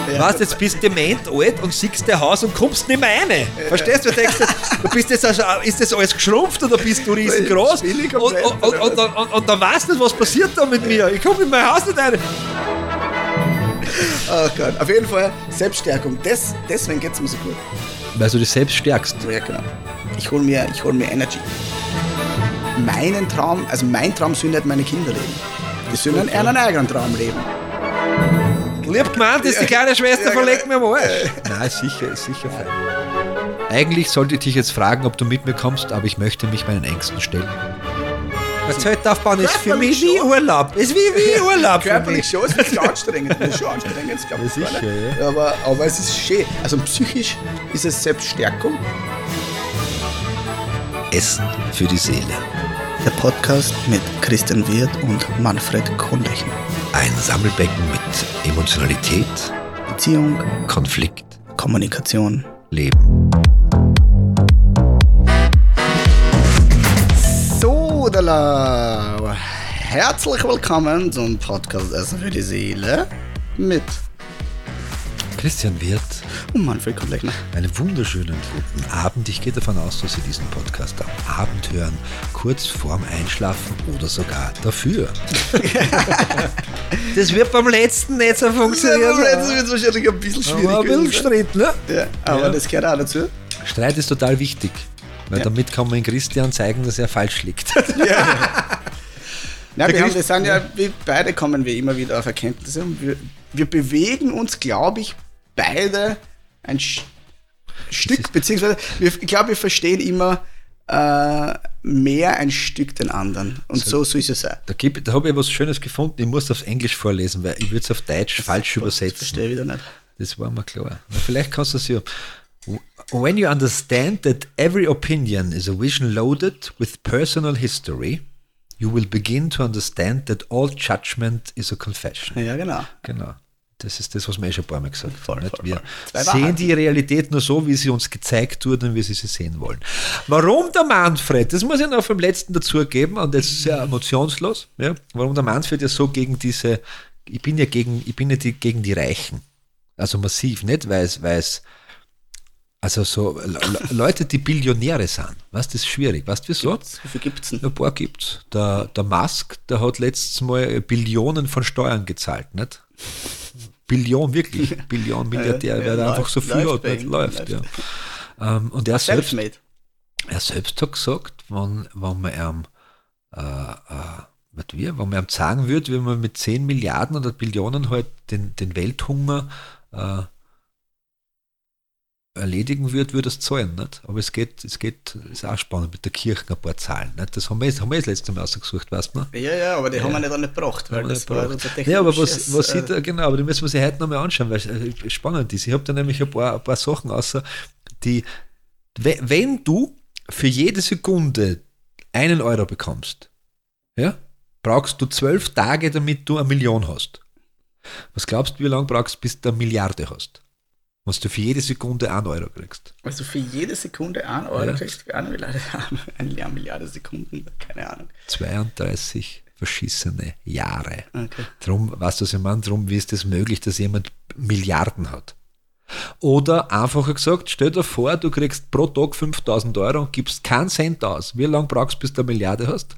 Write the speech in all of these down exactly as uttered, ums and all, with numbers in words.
Ja. Weißt, jetzt bist du dement alt und siehst dein Haus und kommst nicht mehr rein. Verstehst du? Du denkst, du bist jetzt also, ist das alles geschrumpft oder bist du riesengroß? Und, und, und, und, und, und, und dann weißt du nicht, was passiert da mit mir. Ich komme in mein Haus nicht rein. Oh Gott, auf jeden Fall Selbststärkung. Das, deswegen geht es mir so gut. Weil du dich selbst stärkst. Ja, genau. Ich hole mir, hol mir Energy. Meinen Traum, also mein Traum soll nicht meine Kinder leben. Die sollen okay. einen eigenen Traum leben. Lieb gemeint, ist die kleine Schwester, ja, verlegt mir am Arsch. Nein, sicher, ist sicher fein. Eigentlich sollte ich dich jetzt fragen, ob du mit mir kommst, aber ich möchte mich meinen Ängsten stellen. Das Zeltaufbauen ist für mich wie Urlaub. Ist wie, wie Urlaub. Körperlich schon, es ist anstrengend. Das ist schon anstrengend, glaube ich. Ja, sicher, ja. Aber, aber es ist schön. Also psychisch ist es Selbststärkung. Essen für die Seele. Der Podcast mit Christian Wirth und Manfred Kohnlechner. Ein Sammelbecken mit Emotionalität, Beziehung, Konflikt, Kommunikation, Leben. So, Dala. Herzlich willkommen zum Podcast Essen für die Seele mit Christian Wirth und Manfred Kohnlechner. Einen wunderschönen guten Abend. Ich gehe davon aus, dass Sie diesen Podcast am Abend hören, kurz vorm Einschlafen oder sogar dafür. Das wird beim letzten nicht so funktionieren. Beim letzten wird es wahrscheinlich ein bisschen schwierig. Aber ein bisschen Streit, ne? Ja, aber ja. Das gehört auch dazu. Streit ist total wichtig, weil ja. damit kann man in Christian zeigen, dass er falsch liegt. Ja. Ja, wir, haben, wir sind ja, wir beide kommen wir immer wieder auf Erkenntnisse und wir, wir bewegen uns, glaube ich, beide ein Sch- Stück, beziehungsweise wir, ich glaube, wir verstehen immer äh, mehr ein Stück den anderen und so, so soll es sein. Da, da habe ich was Schönes gefunden, ich muss es auf Englisch vorlesen, weil ich würde es auf Deutsch das falsch übersetzen. Das verstehe ich wieder nicht. Das war mir klar. Na, vielleicht kannst du es ja. When you understand that every opinion is a vision loaded with personal history, you will begin to understand that all judgment is a confession. Ja, genau. Genau. Das ist das, was wir eh schon ein paar Mal gesagt voll, haben. Voll, wir voll. sehen die Realität nur so, wie sie uns gezeigt wurde und wie sie sie sehen wollen. Warum der Manfred, das muss ich noch vom letzten dazugeben, und das ist sehr emotionslos, ja, warum der Manfred ja so gegen diese, ich bin ja gegen, ich bin ja die, gegen die Reichen. Also massiv, nicht, weil es, weil es also so Leute, die Billionäre sind, weißt, das ist schwierig, weißt du wieso? Gibt's? Wie viel gibt's denn? Ein paar gibt's. Der, der Musk, der hat letztes Mal Billionen von Steuern gezahlt, nicht? Billion, wirklich, Billion Milliardär, ja, weil er läuft, einfach so viel hat, nicht läuft. Ja. Um, und er selbst, er selbst hat gesagt, wenn, wenn man ihm äh, äh, wie, wenn man ihm sagen würde, wenn man mit zehn Milliarden oder Billionen halt den, den Welthunger äh, erledigen würde, würde es zahlen, nicht? Aber es geht, es geht, ist auch spannend mit der Kirche ein paar Zahlen, nicht? Das haben wir, haben wir das letzte Mal ausgesucht, weißt du? Ja, ja, aber die ja. haben wir nicht auch nicht gebracht, weil das war unser technisches... Ja, aber was, was äh, ich da, genau, aber die müssen wir sich heute nochmal anschauen, weil es spannend ist. Ich habe da nämlich ein paar, ein paar Sachen außer, die, wenn du für jede Sekunde einen Euro bekommst, ja, brauchst du zwölf Tage, damit du eine Million hast. Was glaubst du, wie lange brauchst du, bis du eine Milliarde hast? Wenn du für jede Sekunde einen Euro kriegst. Also für jede Sekunde einen Euro ja. kriegst, für eine Milliarde, eine Milliarde Sekunden, keine Ahnung. zweiunddreißig verschissene Jahre. Okay. Drum, weißt du, was ich meine? Drum, wie ist das möglich, dass jemand Milliarden hat? Oder einfacher gesagt, stell dir vor, du kriegst pro Tag fünftausend Euro und gibst keinen Cent aus. Wie lange brauchst du, bis du eine Milliarde hast?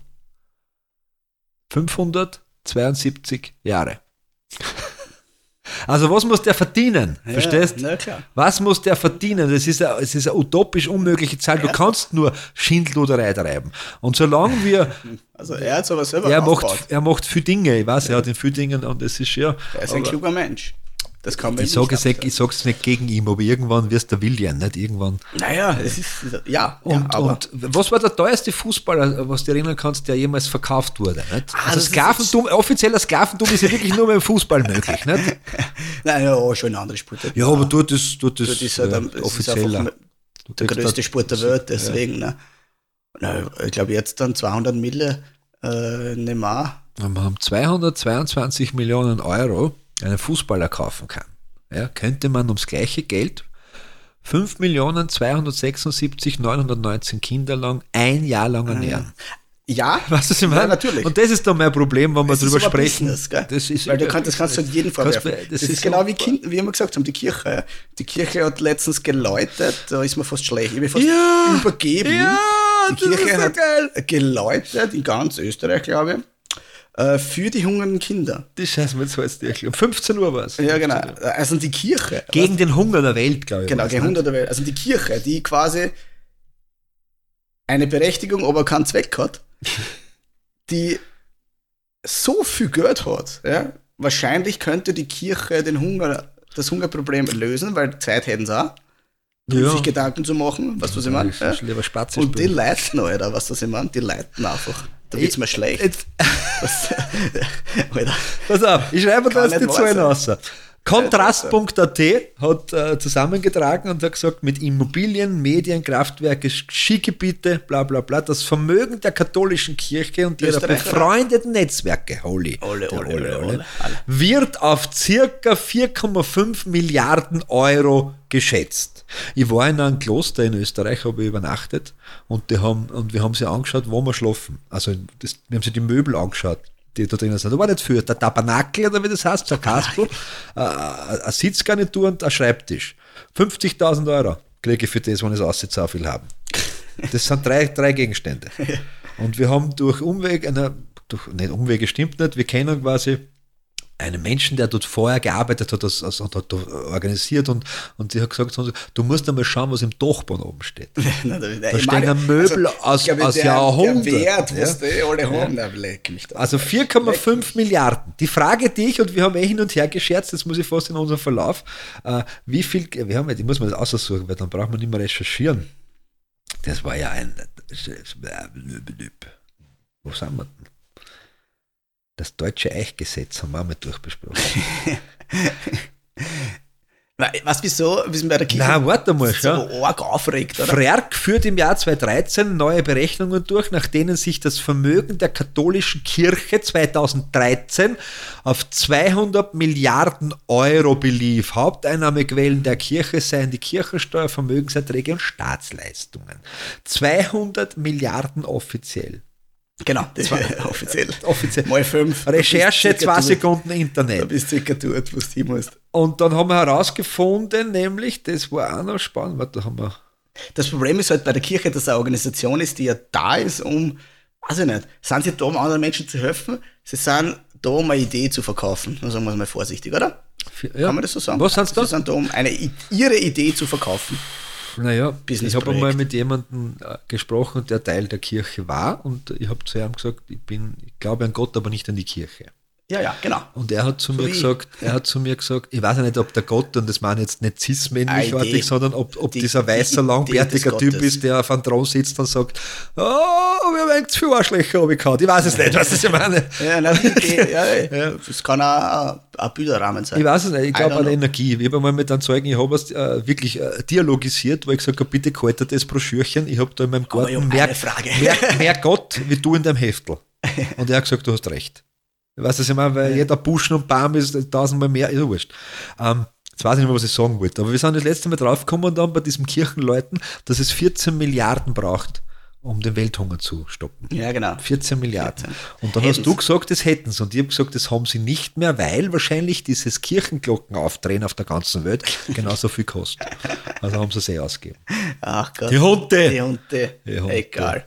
fünfhundertzweiundsiebzig Jahre. Also was muss der verdienen? Ja, verstehst? Na klar. Was muss der verdienen? Das ist eine, es ist eine utopisch unmögliche Zahl. Du ja. kannst nur Schindluderei treiben. Und solange wir... Also er hat sowas selber er aufgebaut. macht, er macht viele Dinge. Ich weiß, ja. er hat in vielen Dingen und das ist ja... Er ist ein kluger Mensch. Das kann man ich sage es nicht, nicht gegen ihn, aber irgendwann wirst du William, nicht? Irgendwann. Naja, es ist... Ja, und, ja, aber und was war der teuerste Fußballer, was du erinnern kannst, der jemals verkauft wurde? Nicht? Ah, also Sklaventum, offizieller Sklaventum ist ja wirklich nur beim Fußball möglich, nicht? Nein, ja, schon ein anderer Sport. Ja, aber dort ist, dort ist, dort ist halt ein, äh, offizieller. Ist der größte Sport der Welt, deswegen. Ja. Ne? Ich glaube, jetzt dann zweihundert Mille äh, Neymar. Wenn man zweihundertzweiundzwanzig Millionen Euro einen Fußballer kaufen kann, ja, könnte man ums gleiche Geld fünf Millionen zweihundertsechsundsiebzigtausendneunhundertneunzehn Kinder lang ein Jahr lang ernähren. Ja, weißt du, was ich meine? Ja, natürlich. Und das ist dann mein Problem, wenn wir Das drüber ist aber sprechen. Business, gell? Das ist, Weil du kannst, das kannst du halt jeden vorwerfen. das Das, ist ist genau so- wie Kind, wie wir gesagt haben, die Kirche. ja. Die Kirche hat letztens geläutet, da ist mir fast schlecht. Ich bin fast Ja, übergeben. ja, die das ist Kirche so hat geil. geläutet, in ganz Österreich, glaube ich, äh, für die hungernden Kinder. Die scheiße mir jetzt heißt die. Um fünfzehn Uhr war es. Ja, genau. Also die Kirche. Gegen den Hunger der Welt, glaube ich. Genau, war's, gegen ne? hunderte Welt. Also die Kirche, die quasi eine Berechtigung, aber keinen Zweck hat, die so viel Geld hat, ja, wahrscheinlich könnte die Kirche den Hunger, das Hungerproblem lösen, weil Zeit hätten sie auch, um Ja. sich Gedanken zu machen, weißt du, was ich meine? Ich Ja? lieber Spazier Und die spielen. leiten, Alter, weißt du, was ich meine? Die leiten einfach. Da wird's mir schlecht. Jetzt, Was, Alter. pass auf, ich schreibe da Kann jetzt die nicht Zahlen wahr raus. Kontrast Punkt a t hat äh, zusammengetragen und hat gesagt, mit Immobilien, Medien, Kraftwerke, Skigebiete, bla bla bla, das Vermögen der katholischen Kirche und ihrer Österreicher. befreundeten Netzwerke, holy, Ole, der ole, ole, ole, alle. wird auf circa vier Komma fünf Milliarden Euro geschätzt. Ich war in einem Kloster in Österreich, habe ich übernachtet und, die haben, und wir haben sie angeschaut, wo wir schlafen. Also das, wir haben sie die Möbel angeschaut, die da drinnen sind. Da war nicht viel. Der Tabernakel, oder wie das heißt, der Kastel, äh, eine Sitzgarnitur und ein Schreibtisch. fünfzigtausend Euro kriege ich für das, wenn ich es aussieht, so viel haben. Das sind drei, drei Gegenstände. Und wir haben durch Umweg, eine, durch, nicht Umwege stimmt nicht, wir kennen quasi einen Menschen, der dort vorher gearbeitet hat als, als, und hat da organisiert und, und die hat gesagt, du musst einmal schauen, was im Dachboden oben steht. Nein, da, Da stehen ein Möbel aus, ich glaube, aus der, Jahrhunderten. Der Wert, ja. was die alle haben, der leck mich da. Also vier Komma fünf Milliarden. Die Frage dich, und wir haben eh hin und her gescherzt, das muss ich fast in unserem Verlauf, äh, wie viel, wir haben, ich muss mir das aussuchen, weil dann braucht man nicht mehr recherchieren. Das war ja ein, wo sind wir denn? Das deutsche Eichgesetz haben wir auch mal durchbesprochen. Was, wieso, wir sind bei der Kirche Na, warte mal, so schau. arg aufregt, oder? Frerk führt im Jahr zweitausenddreizehn neue Berechnungen durch, nach denen sich das Vermögen der katholischen Kirche zweitausenddreizehn auf zweihundert Milliarden Euro belief. Haupteinnahmequellen der Kirche seien die Kirchensteuer, Vermögenserträge und Staatsleistungen. zweihundert Milliarden offiziell. Genau, das war offiziell. Offiziell. Mal fünf. Recherche, Da bist du zwei circa Sekunden dort. Da Internet. bist du circa dort, wo du hin musst. Und dann haben wir herausgefunden, nämlich, das war auch noch spannend, warte, da haben wir... Das Problem ist halt bei der Kirche, dass es eine Organisation ist, die ja da ist, um, weiß ich nicht, sind sie da, um anderen Menschen zu helfen? Sie sind da, um eine Idee zu verkaufen. Sagen wir es mal vorsichtig, oder? Ja. Kann man das so sagen? Was sind sie da? Sie sind da, um eine, ihre Idee zu verkaufen. Naja, Business ich habe Projekt. einmal mit jemandem äh, gesprochen, der Teil der Kirche war und ich habe zu ihm gesagt, ich bin, ich glaube an Gott, aber nicht an die Kirche. Ja, ja, genau. Und er hat zu So mir wie ich. gesagt, er hat zu mir gesagt, ich weiß ja nicht, ob der Gott, und das meine ich jetzt nicht cis-männlich Ah, Idee. artig, sondern ob, ob Die- dieser die weißer, Idee langbärtiger des Typ Gottes. ist, der auf einem Thron sitzt und sagt, oh, wir haben eigentlich zu viele Arschlöcher runtergehauen. Ich weiß es nicht, was ich meine. Ja, na, die Idee, ja, Ja. das kann auch ein Bilderrahmen sein. Ich weiß es nicht, ich I glaube don't an know. Energie. Ich habe einmal mit einem Zeugen, ich habe es äh, wirklich äh, dialogisiert, weil ich gesagt habe, bitte kaltet das Broschürchen, ich habe da in meinem Aber Garten ich hab mehr, eine Frage. mehr, mehr Gott wie du in deinem Heftel. Und er hat gesagt, du hast recht. Ich weiß das immer, weil jeder Buschen und Baum ist tausendmal mehr, ist wurscht. Ähm, jetzt weiß ich nicht mehr, was ich sagen wollte, aber wir sind das letzte Mal draufgekommen dann bei diesen Kirchenleuten, dass es vierzehn Milliarden braucht, um den Welthunger zu stoppen. Ja, genau. vierzehn Milliarden. vierzehn. Und dann Hätten's. hast du gesagt, das hätten sie. Und ich habe gesagt, das haben sie nicht mehr, weil wahrscheinlich dieses Kirchenglocken aufdrehen auf der ganzen Welt genauso viel kostet. Also haben sie es eh ausgegeben. Ach Gott. Die Hunde! Die Hunde. Die Hunde. Egal.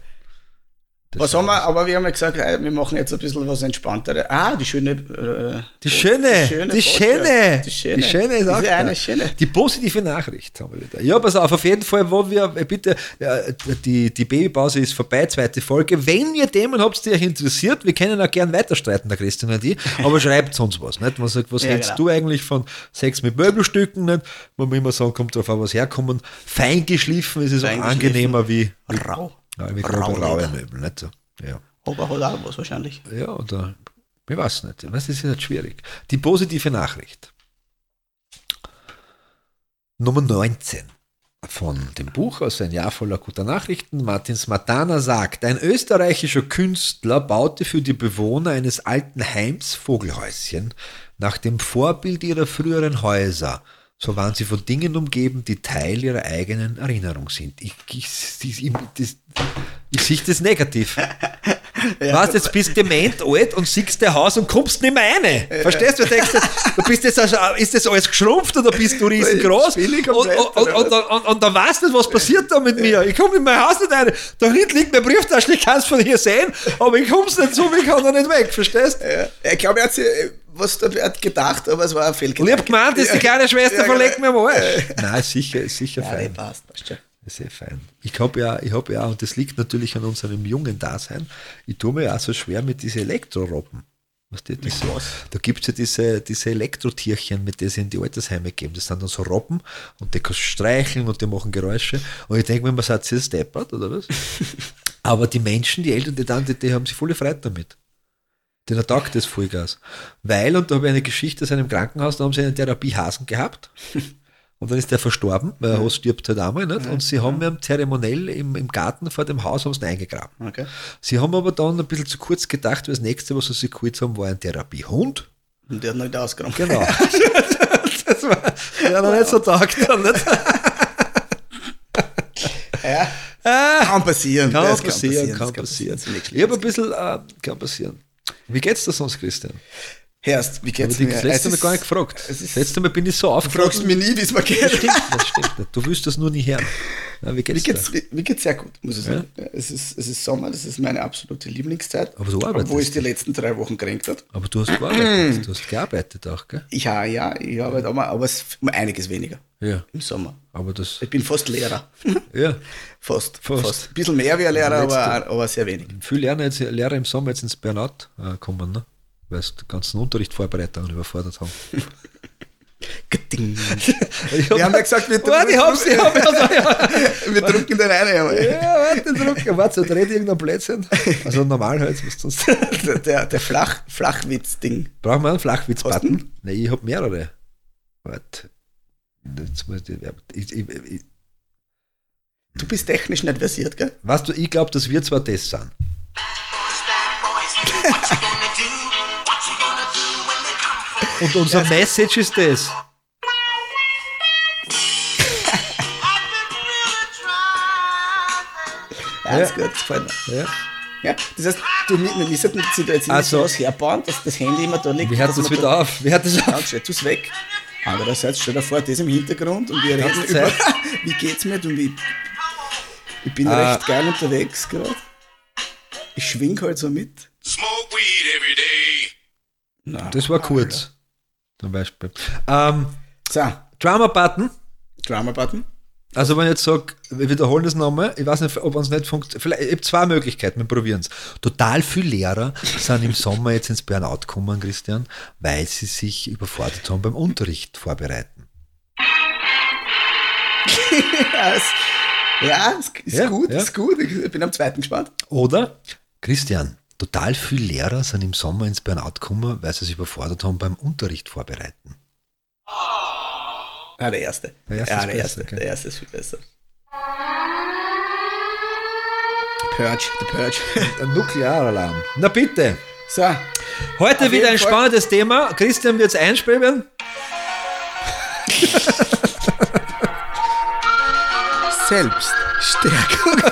Das Was haben wir, aber wir haben ja gesagt, äh, wir machen jetzt ein bisschen was entspannteres. Ah, die schöne. Äh, Die schöne, die Podcast. schöne, Die schöne. die schöne ist auch Diese eine da. schöne. Die positive Nachricht haben wir wieder. Ja, pass auf, auf jeden Fall, wo wir, äh, bitte, äh, die, die Babypause ist vorbei, zweite Folge. Wenn ihr Themen habt, die euch interessiert, wir können auch gern weiter streiten, der Christian und ich, aber schreibt uns was, nicht? Man sagt, was Ja, hältst genau. du eigentlich von Sex mit Möbelstücken, nicht? Wo man immer sagen, kommt drauf an, was herkommen. Fein geschliffen ist es auch Fein angenehmer wie, wie, Rau. ja, wie Rau grobe, raue Leder. Möbel, nicht so. Ja. Aber hat auch was wahrscheinlich. Ja, oder ich weiß nicht. Das ist halt schwierig. Die positive Nachricht. Nummer neunzehn von dem Buch aus Ein Jahr voller guter Nachrichten. Martin Smatana sagt, ein österreichischer Künstler baute für die Bewohner eines alten Heims Vogelhäuschen nach dem Vorbild ihrer früheren Häuser. So waren sie von Dingen umgeben, die Teil ihrer eigenen Erinnerung sind. Ich, ich, ich, ich, das, ich sehe das negativ. Ja, weißt, jetzt bist du dement alt und siehst dein Haus und kommst nicht mehr rein. Ja. Verstehst du? Du denkst, du bist jetzt also, ist das alles geschrumpft oder bist du riesengroß? Und, und, und, und, und, und dann weißt du nicht, was passiert da mit mir. Ich komme in mein Haus nicht rein. Da hinten liegt mein Brieftaschel, ich kann es von hier sehen, aber ich komme nicht so, ich kann da nicht weg. Verstehst du? Ja. Ich glaube, er hat sich was da wird gedacht, aber es war ein Fehlgedanke. Lieb gemeint, ist die kleine Schwester ja, verlegt mir am Arsch. Nein, sicher, ist sicher ja, fein. Passt, passt schon. Das ist sehr fein. Ich habe ja, ich habe ja, und das liegt natürlich an unserem jungen Dasein, ich tue mir ja auch so schwer mit diesen Elektrorobben. Was die, das was? Da gibt es ja diese, diese Elektrotierchen, mit denen sie in die Altersheime geben. Das sind dann so Robben und die kannst du streicheln und die machen Geräusche. Und ich denke mir, man sagt, sie ist deppert, oder was? Aber die Menschen, die Eltern, die dann, die, die haben sich voll Freude damit. Den taugt das Vollgas. Weil, und da habe ich eine Geschichte aus einem Krankenhaus, da haben sie einen Therapiehasen gehabt. Und dann ist der verstorben, weil ein Haus stirbt halt einmal nicht. Und sie haben ihn zeremoniell im, im Garten vor dem Haus haben sie ihn eingegraben. Okay. Sie haben aber dann ein bisschen zu kurz gedacht, weil das nächste, was sie sich geholt haben, war ein Therapiehund. Und der hat noch nicht ausgegraben. Genau. Das war, der hat noch nicht so taugt. Dann nicht. Ja, ah, kann passieren. Kann das passieren, kann passieren. Kann passieren. Ich habe ein bisschen, äh, kann passieren. Wie geht's dir sonst, Christian? Herst, wie geht's mir? mir? Das letzte Mal gar nicht gefragt. Das letzte Mal bin ich so aufgefragt. Du fragst mich nie, wie es mir geht. Das stimmt, das stimmt nicht. Du willst das nur nie hören. Ja, wie geht's, wie geht's dir? Mir geht's sehr gut, muss ich sagen. Ja? Es, ist, es ist Sommer, das ist meine absolute Lieblingszeit. Aber du arbeitest. Obwohl es die letzten drei Wochen gekränkt hat. Aber du hast gearbeitet. Du hast gearbeitet auch, gell? Ja, ja, ich arbeite auch mal, aber es ist einiges weniger. Ja. Im Sommer. Aber das ich bin fast Lehrer. Ja. Fast, fast. fast. Ein bisschen mehr wie ein Lehrer, aber, aber sehr wenig. Viele Lehrer, jetzt, Lehrer im Sommer jetzt ins Burnout äh, kommen, ne? Weil sie den ganzen Unterrichtsvorbereitungen überfordert haben. Wir haben ja gesagt, wir drucken, warte, ich hab's, ich hab's, also, ja. wir drucken den rein. Ja, warte, drucken. Warte, so dreht irgendein Blödsinn. Also normal halt, was sonst. Der, der Flach, Flachwitz-Ding. Brauchen wir einen Flachwitz-Button? Nein, ich hab mehrere. Warte. Jetzt muss ich, ich, ich, ich. Du bist technisch nicht versiert, gell? Weißt du, ich glaube, dass wir zwar das sind. Und unser Message ist das. Ja, das ist gut, das gefällt mir. Ja. Ja, das heißt, du, wir müssen die Situation also, so was herbauen, dass das Handy immer da liegt. Wie hört das wieder da auf? Wie hört das auf? Stell es weg. Andererseits, stell dir vor, das im Hintergrund und wir reden über, wie geht's mir und wie, ich bin ah. recht geil unterwegs gerade. Ich schwing halt so mit. Smoke weed every day. Na, das war kurz. Alter. Zum Beispiel. Ähm, so. Drama-Button. Drama-Button. Also wenn ich jetzt sage, wir wiederholen das nochmal, ich weiß nicht, ob uns nicht funktioniert, ich habe zwei Möglichkeiten, wir probieren es. Total viele Lehrer sind im Sommer jetzt ins Burnout gekommen, Christian, weil sie sich überfordert haben beim Unterricht vorbereiten. ja, ist, ja, ist ja, gut, ja. ist gut, ich bin am zweiten gespannt. Oder, Christian, total viele Lehrer sind im Sommer ins Burnout gekommen, weil sie sich überfordert haben beim Unterricht vorbereiten. Ja, der erste. Der erste, ja, ist, der, besser, erste. Okay. der erste ist viel besser. Purge, the Purge. Ein Nuklearalarm. Na bitte. So. Heute Auf wieder ein Fall. spannendes Thema. Christian wird es einspielen. Selbststärkung.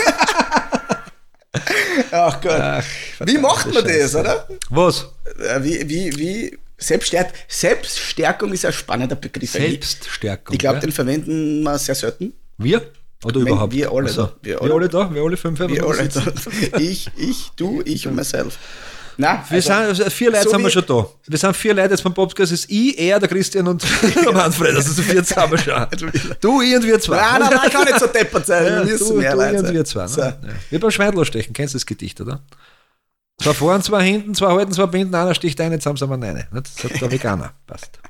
Ach Gott. Ach, wie macht man das, Scheiße. oder? Was? Wie, wie, wie Selbststärk- Selbststärkung ist ein spannender Begriff. Selbststärkung. Ich glaube, ja. den verwenden wir sehr selten. Wir? Oder Wenn überhaupt? Wir alle also, da. Wir wir alle. alle da? Wir alle fünf? Wir alle da. Ich, ich, du, ich und myself. Nein, wir also, sind, also vier Leute so sind wir schon da. Wir sind vier Leute jetzt vom Podcast. Das ist ich, er, der Christian und der Manfred. Also so vier sind wir schon. Du, ich und wir zwei. Nein, nein, nein, kann nicht so deppert sein. Ja, wir müssen du, mehr du Leute ich und sein. wir zwei. Ne? So. Ja. Wie beim Schweindler stechen. Kennst du das Gedicht, oder? Zwei vorn, zwei hinten, zwei halten, zwei binden, einer sticht ein, jetzt haben sie aber eine. Das sagt der Veganer. Passt.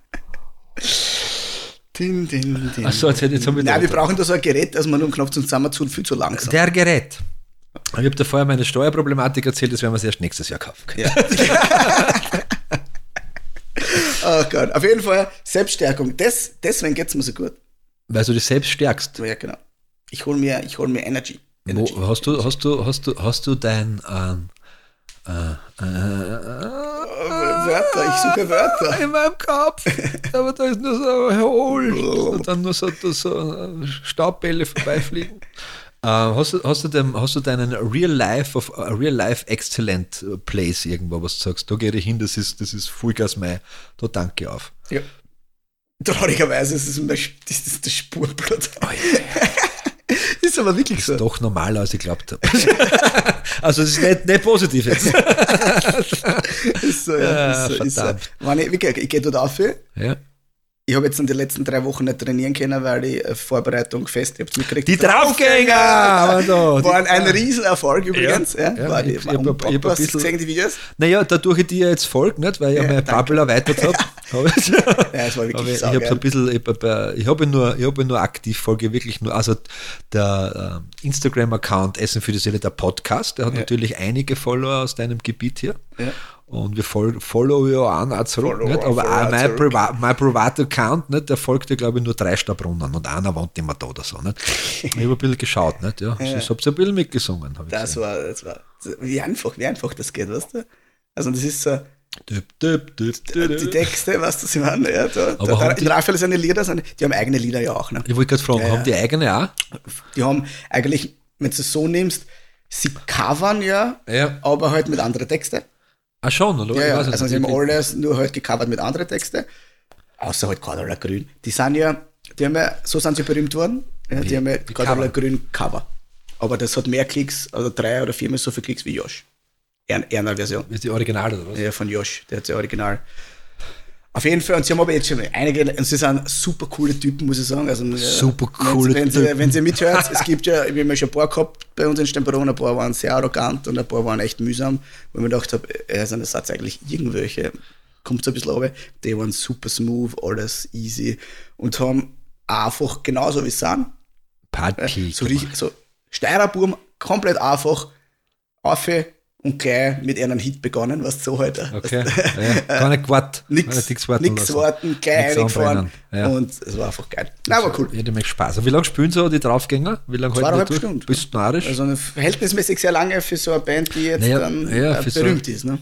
Din, din, din. Achso, jetzt, jetzt haben wir Nein, wir brauchen da so ein Gerät, dass man nur Knopf zum Zusammentun viel zu langsam. Der Gerät. Ich habe dir vorher meine Steuerproblematik erzählt, das werden wir uns erst nächstes Jahr kaufen können. Ja. Oh Gott, auf jeden Fall Selbststärkung. Das, deswegen geht es mir so gut. Weil du dich selbst stärkst. Ja, genau. Ich hole mir, ich hol mir Energy. Energy. Wo, hast, du, hast, du, hast, du, hast du dein ähm, äh, äh, Wörter, ich suche Wörter. In meinem Kopf. Aber da ist nur so hohl. Und dann nur so, so Staubbälle vorbeifliegen. hast, du, hast, du dem, hast du deinen Real Life of uh, Real Life Excellent Place irgendwo, was du sagst, da gehe ich hin, das ist, das ist Vollgas Mai, da danke ich auf. Ja. Traurigerweise ist es das, das, das, das Spurblut. Oh, yeah. Ist aber wirklich so. so. Ist doch normaler, als ich glaubt habe. Also es ist nicht, nicht positiv jetzt. Ist so, ja. Ist so, ist so. Wenn ich, wirklich, ich gehe dort auf. Ja. Ich habe jetzt in den letzten drei Wochen nicht trainieren können, weil die Vorbereitung fest, ich hab's mitgekriegt. Die Draufgänger! Aber da, waren ein Riesenerfolg übrigens. Ja, ja, war die, ich, ich, ich, ich, ich hast du gesehen, die Videos? Naja, dadurch ich dir jetzt folge, nicht, weil ich ja, meine Bubble erweitert habe. Ja, es war wirklich ich habe so ein bisschen, ich habe ich hab nur, ich hab nur aktiv folge, wirklich nur, also der äh, Instagram-Account Essen für die Seele, der Podcast, der hat ja. natürlich einige Follower aus deinem Gebiet hier. Ja. Und wir folgen follow ja auch, auch zurück, follow nicht? Aber auch mein, Priva mein Private Account, nicht? Der folgt ja, glaube ich, nur drei Stabrunnen und einer wohnt immer da oder so. Nicht? Ich habe ein bisschen geschaut, nicht? Ja. Ja. Ich habe ein bisschen mitgesungen. Das war, das war, wie einfach, wie einfach das geht, weißt du? Also das ist so, dip, dip, dip, dip, die Texte, weißt du, sie waren, ja, da, aber da, in Raphael seine Lieder, die haben eigene Lieder ja auch. Ne? Ich wollte gerade fragen, ja, haben die eigene auch? Die haben eigentlich, wenn du es so nimmst, sie covern ja, ja, aber halt mit anderen Texten. Ah, schon, oder? Ja, ja. Also sie haben alles nur halt gecovert mit anderen Texten, außer halt Cordula Grün. Die sind ja, die haben ja, so sind sie berühmt worden, ja, die haben ja Cordula Grün Cover. Aber das hat mehr Klicks, also drei oder viermal so viele Klicks wie Josh. Einer Version. Ist die Original oder was? Ja, von Josh, der hat ja Original. Auf jeden Fall, und sie haben aber jetzt schon einige, und sie sind super coole Typen, muss ich sagen. Also, super coole wenn, Typen. Sie, wenn sie mithört, es gibt ja, wir haben ja schon ein paar gehabt bei uns in Steinbronn, ein paar waren sehr arrogant und ein paar waren echt mühsam, wo ich mir gedacht habe, ja, sind das tatsächlich irgendwelche, kommt so ein bisschen runter, die waren super smooth, alles easy und haben einfach genauso wie sie sind. Party. So, so Steirerburm, komplett einfach, auf und gleich mit einem Hit begonnen, was so heute. Okay. Ja, gar nicht gewartet. Nix warten, nix warten gleich reingefahren. Ja. Und es war einfach geil. Na, aber cool. Ja, die macht Spaß. Wie lange spielen so die Draufgänger? Wie lange Zweieinhalb Stunden. Bist du narrisch? Also verhältnismäßig sehr lange für so eine Band, die jetzt naja, dann ja, äh, berühmt so ist. Ne?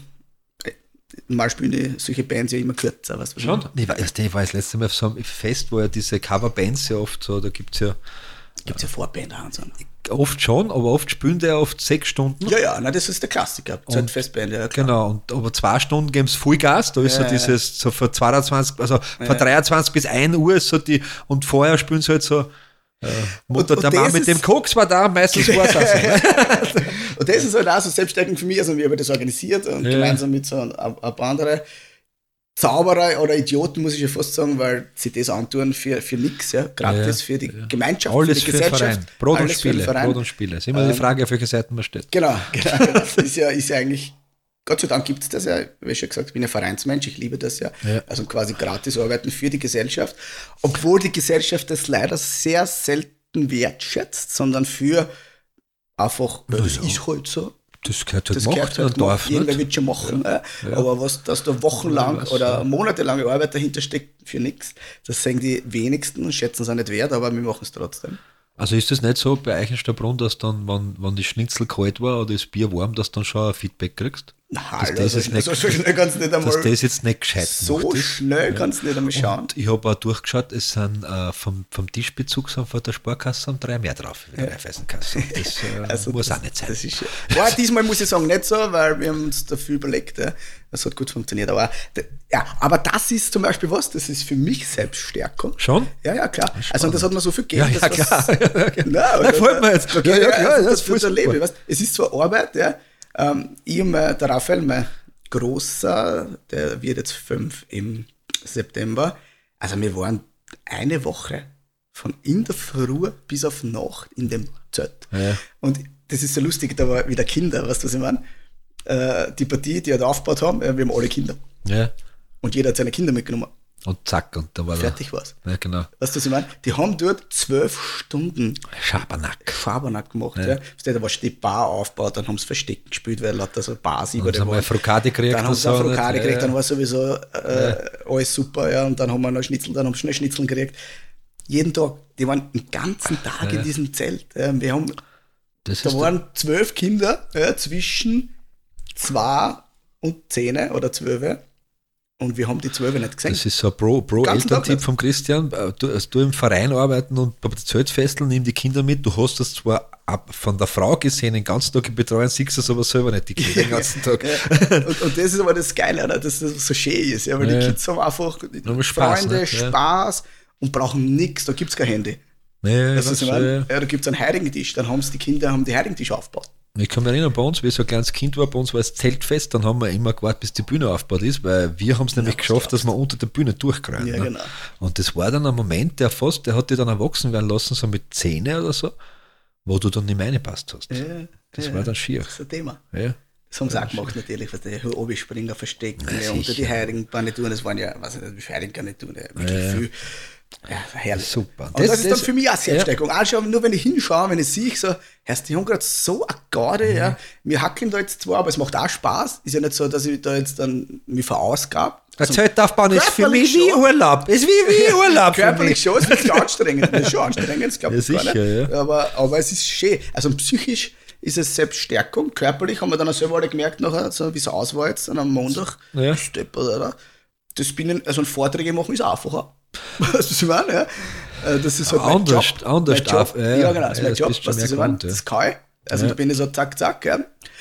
Mal spielen die solche Bands ja immer kürzer. Weißt du, schon? Ich war, ich war das letzte Mal auf so einem Fest, wo ja diese Coverbands ja oft so, da gibt es ja Gibt es ja Vorband und so. Oft schon, aber oft spielen die oft sechs Stunden. Ja, ja, nein, das ist der Klassiker. Zeitfestband, ja. Klar. Genau, und aber zwei Stunden geben es Vollgas. Da ist ja, so dieses, so von zweiundzwanzig, also ja. von dreiundzwanzig bis ein Uhr ist so die, und vorher spielen sie halt so. Äh, Mutter, und, und der Mann mit dem Koks war da, meistens war es auch so. Und das ist halt auch so selbstständig für mich, also wir haben das organisiert und ja. gemeinsam mit so ein, ein paar anderen Zauberer oder Idioten, muss ich ja fast sagen, weil sie das antun für, für nichts, ja, gratis, ja, für die ja. Gemeinschaft, alles für die Gesellschaft. Verein. Brot und Spiele, Brot und Spiele. Ist immer ähm, die Frage, auf welcher Seite man steht. Genau, genau, genau. Das ist ja, ist ja eigentlich, Gott sei Dank gibt es das ja, wie schon gesagt, ich bin ein Vereinsmensch, ich liebe das ja. ja. Also quasi gratis arbeiten für die Gesellschaft, obwohl die Gesellschaft das leider sehr selten wertschätzt, sondern für einfach, ja, das ist halt so. Das gehört halt das gemacht gehört halt darf, irgendwer wird schon machen, ja, ja. aber was, dass da wochenlang was, oder ja. monatelange Arbeit dahinter steckt für nichts, das sagen die wenigsten und schätzen es auch nicht wert, aber wir machen es trotzdem. Also ist das nicht so bei Eichensteinbrunn, dass dann, wenn, wenn die Schnitzel kalt war oder das Bier warm, dass du dann schon ein Feedback kriegst? Na, dass, das also, nicht, so schnell kannst du nicht einmal. Dass das jetzt nicht gescheit So macht schnell ja. kannst du nicht einmal schauen. Und ich habe auch durchgeschaut, es sind äh, vom, vom Tischbezug sind von der Sparkasse drei mehr drauf wie der Raiffeisenkasse. Das äh, also muss das, auch nicht sein. Das ist, ja, diesmal muss ich sagen, nicht so, weil wir haben uns dafür überlegt. Ja. Das hat gut funktioniert. Aber, ja, aber das ist zum Beispiel was, das ist für mich Selbststärkung. Schon? Ja, ja, klar. Also das hat mir so viel gegeben. Ja, ja, klar. Was, ja, ja, na, da gefällt mir jetzt. Okay, ja, ja, ja, das, das, das erlebe. Weißt, es ist zwar Arbeit, ja. Ähm, ich und mein, der Raphael, mein Großer, der wird jetzt fünf im September. Also wir waren eine Woche von in der Früh bis auf Nacht in dem Zelt. Ja. Und das ist so lustig, da war wieder Kinder, weißt du, was ich meine? Äh, die Partie, die wir da aufgebaut haben, wir haben alle Kinder. Ja. Und jeder hat seine Kinder mitgenommen. Und zack, und da war fertig war's. Ja, genau. Weißt du, was ich meine? Die haben dort zwölf Stunden Schabernack. Schabernack gemacht. Ja. Ja. Da war schon die Bar aufgebaut, dann haben sie Verstecken gespielt, weil lauter so Bar-Sieger da waren. Frukade gekriegt. Dann haben sie auch Frukade gekriegt, ja. dann war sowieso äh, ja. alles super. Ja. Und dann haben wir noch Schnitzel, dann haben sie schnell Schnitzeln gekriegt. Jeden Tag, die waren den ganzen Tag ja. in diesem Zelt. Ja. Wir haben, das da waren zwölf Kinder ja, zwischen zwei und zehn oder zwölf. Und wir haben die zwölf nicht gesehen. Das ist so ein Pro- Pro-Eltern-Tipp vom Christian. Du, also du im Verein arbeiten und bei den Zeltfesteln nimm die Kinder mit. Du hast das zwar ab, von der Frau gesehen den ganzen Tag betreuen, siehst du es aber selber nicht, die Kinder den ganzen Tag. Ja. Und, und das ist aber das Geile, oder? Dass das so schön ist. Ja, weil ja. die Kids haben einfach Nur Spaß, Freunde, ne? Spaß und brauchen nichts. Da gibt es kein Handy. Ja, Weißt du, was ich meine? ja. Ja, da gibt es einen Heirigen-Tisch. Dann haben die Kinder haben die Heirigen-Tisch aufgebaut. Ich kann mich erinnern, bei uns, wie ich so ein kleines Kind war, bei uns war es Zeltfest, dann haben wir immer gewartet, bis die Bühne aufgebaut ist, weil wir haben es nämlich Ja, geschafft, dass wir unter der Bühne durchkreuen. Ja, ne? genau. Und das war dann ein Moment, der fast, der hat dich dann erwachsen werden lassen, so mit Zähne oder so, wo du dann nicht mehr reingepasst hast. Ja, das ja, war dann schier. Das ist ein Thema. Ja. Das haben sie auch gemacht, natürlich, was die Obi-Springer verstecken, Ja, ja, unter sicher. die Heiligen Garnituren, das waren ja, was ich nicht, wie viele Heiligen Garnituren, ja, wirklich Ja. viel. Ja, herrlich. Super. Und das, Das- ist dann das- für mich auch ja. Selbststärkung. Auch schon, nur wenn ich hinschaue, wenn ich sehe, so, Herrst, die haben gerade so eine Garde, Mhm. ja, wir hackeln da jetzt zwar, aber es macht auch Spaß. Ist ja nicht so, dass ich da jetzt dann mich verausgab. Der Zeltaufbau ist für mich körperlich wie schon. Urlaub. Ist wie, wie Urlaub für Körperlich mich. schon, es ist anstrengend. Das ist schon anstrengend, das glaube Ja, ich gar sicher, nicht. ja. Aber, aber es ist schön. Also psychisch ist es Selbststärkung. Körperlich haben wir dann auch selber alle gemerkt, nachher, so, wie es aus war jetzt dann am Montag. Ja. Stepper, oder? Das bin, also ein Vorträge machen ist einfacher. Weißt du, was ich meine? Ja? Äh, Das ist halt mein Anders- Job. anders mein Job. auf- ja, Ja, genau, das ist ja, mein das Job. bist schon Weißt du, mehr was ich meine? gewohnt, ja. Das kann ich. Also Ja. da bin ich so zack, zack. Ja.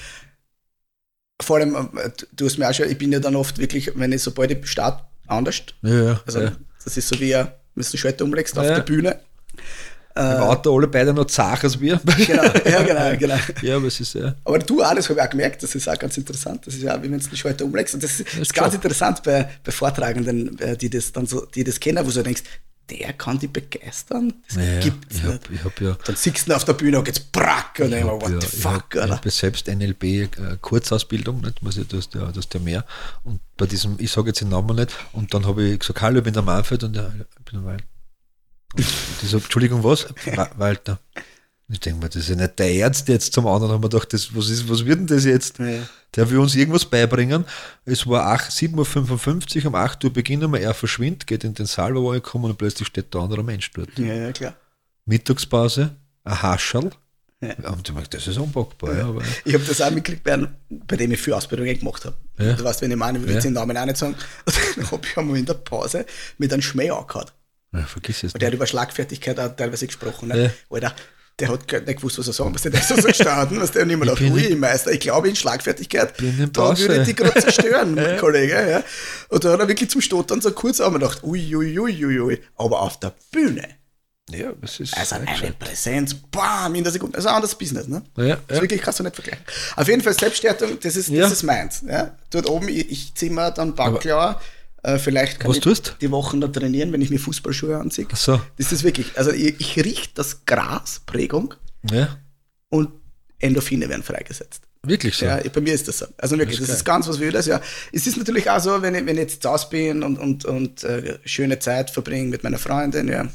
Vor allem, äh, du hast mir auch schon, ich bin ja dann oft wirklich, wenn ich sobald ich starte, anders. Ja, ja. Also ja. das ist so wie, ein- wenn du den Schalter umlegst auf Ja. der Bühne. Im Auto alle beide noch zach als wir. Genau, ja, genau, genau. Ja, aber es ist ja. Aber du auch, das habe ich auch gemerkt, das ist auch ganz interessant. Das ist ja auch, wie wenn du den Schalter umlegst. Und das ist, das ist ganz Job. interessant bei, bei Vortragenden, äh, die das dann so, die das kennen, wo du denkst, der kann die begeistern. Das Ja, gibt's ich nicht. hab, ich hab ja. Dann siehst du ihn auf der Bühne und geht's brack und Ich dann hab what ja, the ich fuck, hab, ich oder? hab ja selbst N L B äh, Kurzausbildung, nicht? Muss ich, du hast ja, du hast ja mehr. Und bei diesem, ich sage jetzt den Namen nicht, und dann habe ich gesagt, hallo, ich bin der Manfred und ja, ich bin der Walter. Und die sagt, Entschuldigung, was? Wa- Walter. Ich denke mir, das ist ja nicht der Ernst jetzt. Zum anderen haben wir gedacht, das, was, ist, was wird denn das jetzt? Ja. Der will uns irgendwas beibringen. Es war acht- sieben Uhr fünfundfünfzig, um acht Uhr beginnen wir, er verschwindet, geht in den Saal, wo wir kommen und plötzlich steht da ein anderer Mensch dort. Ja, ja, klar. Mittagspause, ein Hascherl. Ja. Und ich meine, das ist unpackbar. Ja, aber Ich habe das auch mitgekriegt, bei, einem- bei dem ich viel Ausbildung gemacht habe. Ja. Du weißt, wenn ich meine, ich will jetzt Ja. den Namen auch nicht sagen, dann habe ich einmal in der Pause mit einem Schmäh angehauen. ja, vergiss es Und der nicht. hat über Schlagfertigkeit auch teilweise gesprochen. Ja. Ne? Alter, der hat gar nicht gewusst, was er sagen muss. Der ist so gestanden, was der nicht mehr Ich gedacht, bin ui, Meister, ich glaube in Schlagfertigkeit, bin in da Pause. würde ich dich gerade zerstören, mein Kollege. Ja. Und da hat er wirklich zum Stottern so kurz auch mal gedacht, ui, ui, ui, ui, ui. Aber auf der Bühne, Ja, das ist. also eine Präsenz, bam, in der Sekunde. Also ein anderes Business, ne? Ja, Das ja. wirklich kannst du nicht vergleichen. Auf jeden Fall Selbststärkung, das ist, Ja. das ist meins. Ja? Dort oben, ich, ich ziehe mir dann Backlauer, äh, vielleicht kann Was ich tust? die Wochen da trainieren, wenn ich mir Fußballschuhe anziehe. Ach so. Das ist wirklich, also ich, ich rieche das Gras, Prägung, Ja, und Endorphine werden freigesetzt. wirklich so. Ja, bei mir ist das so. Also wirklich, Das das ist ist, ganz was Wildes. Ja. Es ist natürlich auch so, wenn ich, wenn ich jetzt zu Hause bin und, und, und äh, schöne Zeit verbringe mit meiner Freundin, ja.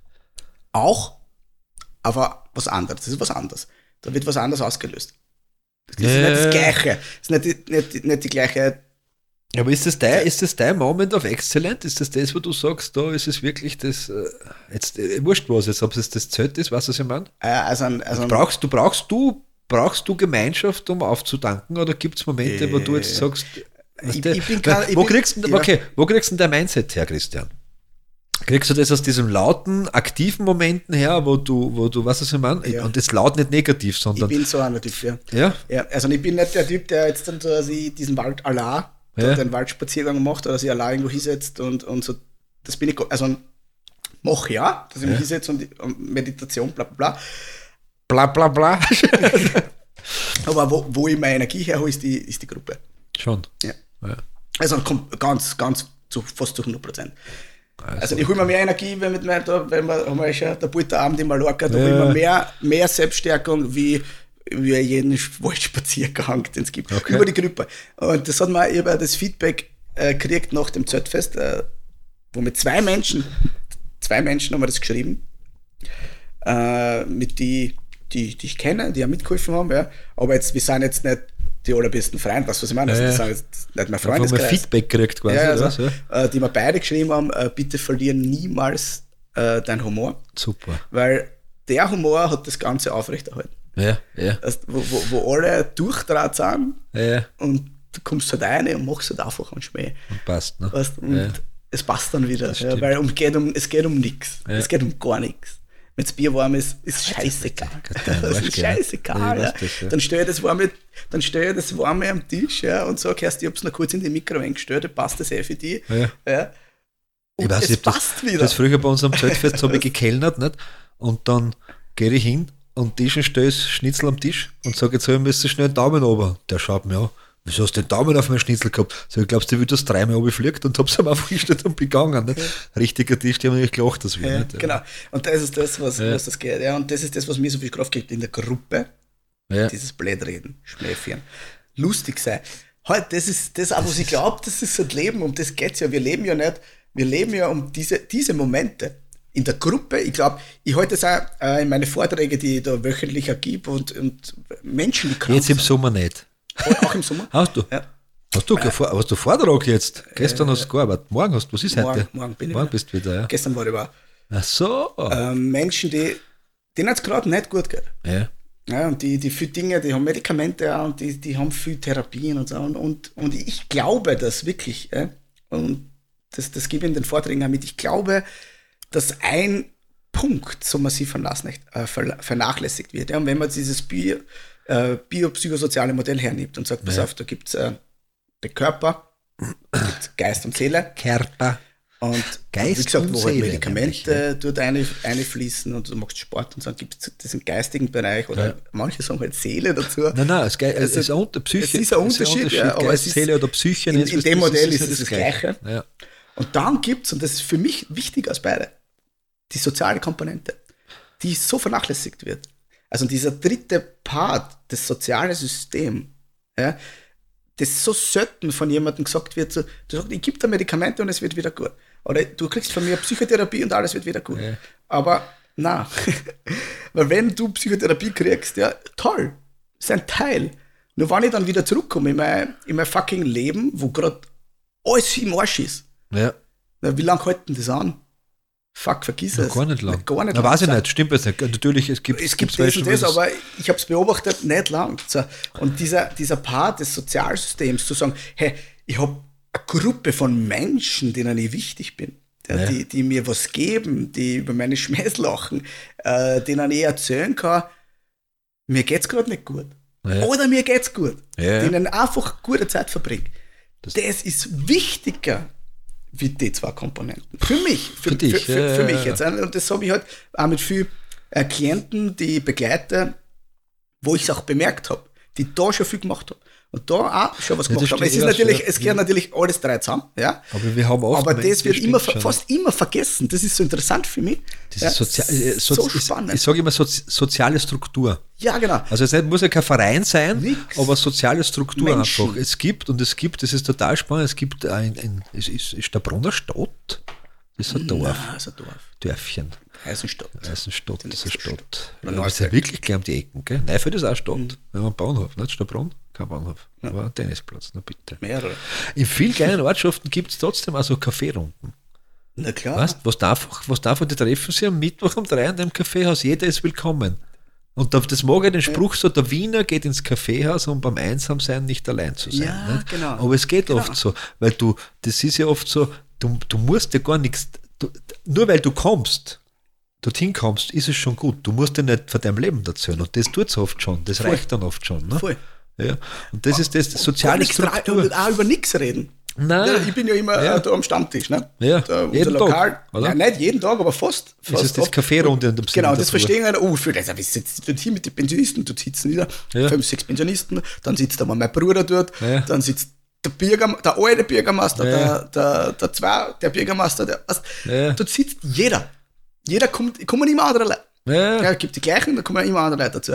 Auch, aber was anderes. Das ist was anderes. Da wird was anderes ausgelöst. Das ist Ja. nicht das Gleiche. Das ist nicht die, nicht, die- nicht die gleiche. Aber ist das, dein, ist das dein Moment of Excellence? Ist das das, wo du sagst, da ist es wirklich das, äh, jetzt, äh, wurscht was jetzt, ob es das Zelt ist, weißt du, was ich meine? Äh, also ein, also ein, Brauchst du, brauchst du, brauchst du Gemeinschaft, um aufzudanken, oder gibt es Momente, wo du jetzt sagst, weißt ich- du, ich bin weil, kein- ich wo, bin- kriegst du, ja. okay, wo kriegst du denn dein Mindset her, Christian? Kriegst du das aus diesen lauten, aktiven Momenten her, wo du, wo du, was ich meine? Ja. Und das laut nicht negativ, ich sondern, bin so einer Typ, ja. ja, Ja, also ich bin nicht der Typ, der jetzt dann so also ich diesen Wald allein, Ja. dort einen Waldspaziergang macht oder sich allein irgendwo hinsetzt und, und so. Das bin ich, go- also mache ja, dass ich mich Ja. hinsetze und, und Meditation, bla bla bla bla bla. bla. Aber wo, wo ich meine Energie herhole, ist die, ist die Gruppe. Schon. Ja. Ja. Also kommt ganz, ganz zu fast zu hundert Prozent. Also, Also ich hole mir mehr Energie, wenn, mit mir, da, wenn wir, haben wir ja schon der Bulterabend in Mallorca, da Ja. hole ich mir mehr, mehr Selbststärkung wie, wie jeden Waldspaziergang, den es gibt, Okay. über die Gruppe. Und das hat man, ich habe das Feedback äh, gekriegt nach dem Zeltfest, äh, wo mit zwei Menschen, zwei Menschen haben wir das geschrieben, äh, mit die, die, die ich kenne, die auch mitgeholfen haben, ja. Aber jetzt, wir sind jetzt nicht die allerbesten Freunde, weißt du, was ich meine? Also, Ja, das ja. sind jetzt nicht mehr Einfach mal Freundeskreis. Feedback kriegt quasi, Ja, oder also, was? Ja. äh, die mir beide geschrieben haben, äh, bitte verlieren niemals äh, deinen Humor, Super. weil der Humor hat das Ganze aufrechterhalten. Ja, ja, Also, wo, wo, wo alle durchdraht sind ja. und du kommst halt rein und machst halt einfach einen Schmäh. Und passt, ne? Weißt, und Ja. es passt dann wieder, ja, stimmt. weil um, geht um, es geht um nichts. Ja. Es geht um gar nichts. Wenn das Bier warm ist, ist scheißegal. dein Das Arsch, ist ja. scheißegal. Ja, Ja. ich weiß das, ja. Dann stell ich das warme, dann stell ich das warme am Tisch, ja, und sag, erst, ich hab's noch kurz in die Mikrowelle gestellt, dann passt das eh für dich. Ja. Ja. Und Ich weiß, es ich hab das, passt wieder. das früher bei unserem Zeltfest habe ich gekellnert, nicht? Und dann gehe ich hin und Tisch stelle Schnitzel am Tisch und sage, jetzt soll ich schnell einen Daumen runter. Der schaut mir an. Wieso hast du den Daumen auf meinen Schnitzel gehabt? So, ich glaubst du, wie das dreimal runterfliegt und hab's ihm einfach gestellt und begangen. Nicht? Richtiger Tisch, die haben natürlich gelacht, das will Ja, nicht. genau. Und das ist das, was, Ja. was das geht. Ja. Und das ist das, was mir so viel Kraft gibt in der Gruppe. Ja. Dieses Blätreden, Schmähführen, lustig sein. Halt, das ist das auch, was ich glaube, das ist so das Leben, um das geht es ja. Wir leben ja nicht, wir leben ja um diese, diese Momente. In der Gruppe, ich glaube, ich halte es auch äh, in meine Vorträge, die ich da wöchentlich auch gebe und, und Menschen, die krank Jetzt im sind. Sommer nicht. Auch im Sommer. Hast du? Ja. Hast du, äh, hast du Vortrag jetzt? Gestern hast du gearbeitet. Morgen hast du, was ist Morgen, heute? morgen bin ich Morgen wieder. bist du wieder, ja. Gestern war ich aber Ach so. ähm, Menschen, die, denen es gerade nicht gut geht. Ja. Ja, und die, die viele Dinge, die haben Medikamente auch und die, die haben viel Therapien und so. Und, und, und ich glaube das wirklich, ja, und das, das gebe ich in den Vorträgen auch mit, ich glaube, dass ein Punkt so massiv vernachlässigt, äh, vernachlässigt wird. Ja, und wenn man dieses Bio, äh, biopsychosoziale Modell hernimmt und sagt, pass Ja. auf, da gibt es äh, den Körper, da gibt's Geist und Seele. Körper. Und Geist wie gesagt, und wo halt Seele Medikamente nämlich, dort eine, einfließen und du machst Sport und so, gibt es diesen geistigen Bereich oder Ja. manche sagen halt Seele dazu. Nein, nein, es, ge- Also, es ist ein Unter- Psyche. es ist ein Unterschied, ja, aber Geist, es ist- Seele oder Psyche. in- nennst du in es, dem das Modell nicht ist es das Gleiche. Ja. Und dann gibt es, und das ist für mich wichtiger als beide, die soziale Komponente, die so vernachlässigt wird. Also dieser dritte Part, das soziale System, ja, das so selten von jemandem gesagt wird, so, du sagst, ich gebe dir Medikamente und es wird wieder gut. Oder du kriegst von mir Psychotherapie und alles wird wieder gut. Ja. Aber na, weil wenn du Psychotherapie kriegst, ja, toll, ist ein Teil. Nur wenn ich dann wieder zurückkomme in mein, in mein fucking Leben, wo gerade alles im Arsch ist, Ja. na, wie lange halten das an? Fuck, vergiss Ja, es. gar nicht lang. Gar nicht Na, lang. weiß ich nicht, stimmt das nicht. Natürlich, es gibt Es gibt gibt's das Menschen, und das, wo aber ich habe es beobachtet, nicht lang. So, und dieser, dieser Part des Sozialsystems, zu sagen, hey, ich habe eine Gruppe von Menschen, denen ich wichtig bin, ja, Ja. die, die mir was geben, die über meine Schmähs lachen, äh, denen ich erzählen kann, mir geht's gerade nicht gut. Ja. Oder mir geht's gut. Ja. Denen einfach gute Zeit verbringe. Das- Das, ist wichtiger wie die zwei Komponenten. Für mich. Für, Für dich, Für, für, ja, für ja, mich ja. jetzt. Und das habe ich halt auch mit vielen äh, Klienten, die ich begleite, wo ich es auch bemerkt habe, die da schon viel gemacht haben. Und da auch schon was Ja, das gemacht haben. Es, ist stimmt, ja, natürlich, ja. es gehört natürlich alles drei zusammen. Ja? Aber wir haben oft Aber Menschen, das wird das immer, stimmt schon. fast immer vergessen. Das ist so interessant für mich. Das ja, ist Sozia äh, so so, spannend. Ich, ich sage immer Sozi soziale Struktur. ja, genau. Also es muss ja kein Verein sein, Nix. aber soziale Struktur Menschen. einfach. Es gibt, und es gibt, das ist total spannend, es gibt ein, ein ist, ist, ist der Brunner Stadt? Das ist ein Dorf, Ah, so ein Dorf. Dörfchen. Eisenstadt. Das ist eine Stadt, das ist eine nächste Stadt. Oder Ja, das ist ja Neustadt. wirklich gleich um die Ecken, gell? Neufeld ist auch eine Stadt. Mhm. Wir haben einen Bahnhof, nicht Stabrunn? Kein Bahnhof, aber ein Tennisplatz, na bitte. Mehrere. In vielen kleinen Ortschaften gibt es trotzdem also Kaffeerunden. Na klar. Weißt, was darf, was darf, und die treffen sich am Mittwoch um drei in dem Kaffeehaus, jeder ist willkommen. Und da- das mag ja den Spruch so, der Wiener geht ins Kaffeehaus, um beim Einsamsein nicht allein zu sein. Ja, nicht? genau. Aber es geht Genau. oft so, weil du, das ist ja oft so, du, du musst ja gar nichts, du, nur weil du kommst, dorthin kommst, ist es schon gut. Du musst ja nicht von deinem Leben erzählen. Und das tut es oft schon, das Voll. reicht dann oft schon. Ne? Voll. Ja. Und das ist das Gar soziale nichts dra- Struktur. und auch über nichts reden. Nein. Ja, ich bin ja immer Ja. äh, da am Stammtisch. Ne? Ja, Da, unser jeden Tag, Lokal, oder? Nein, nicht jeden Tag, aber fast. fast ist das oft. Kaffeerunde und am Genau, das dazu. verstehen wir. Oh, für das, wir sitzen dort hier mit den Pensionisten, dort sitzen wieder Ja. fünf, sechs Pensionisten, dann sitzt da mal mein Bruder dort, Ja. dann sitzt der, Bürgerme der alte Bürgermeister, Ja. der, der, der zwei, der Bürgermeister, der, was, Ja. dort sitzt jeder. Jeder kommt, kommen immer andere Leute. Ja. Ja, es gibt die gleichen, da kommen immer andere Leute dazu.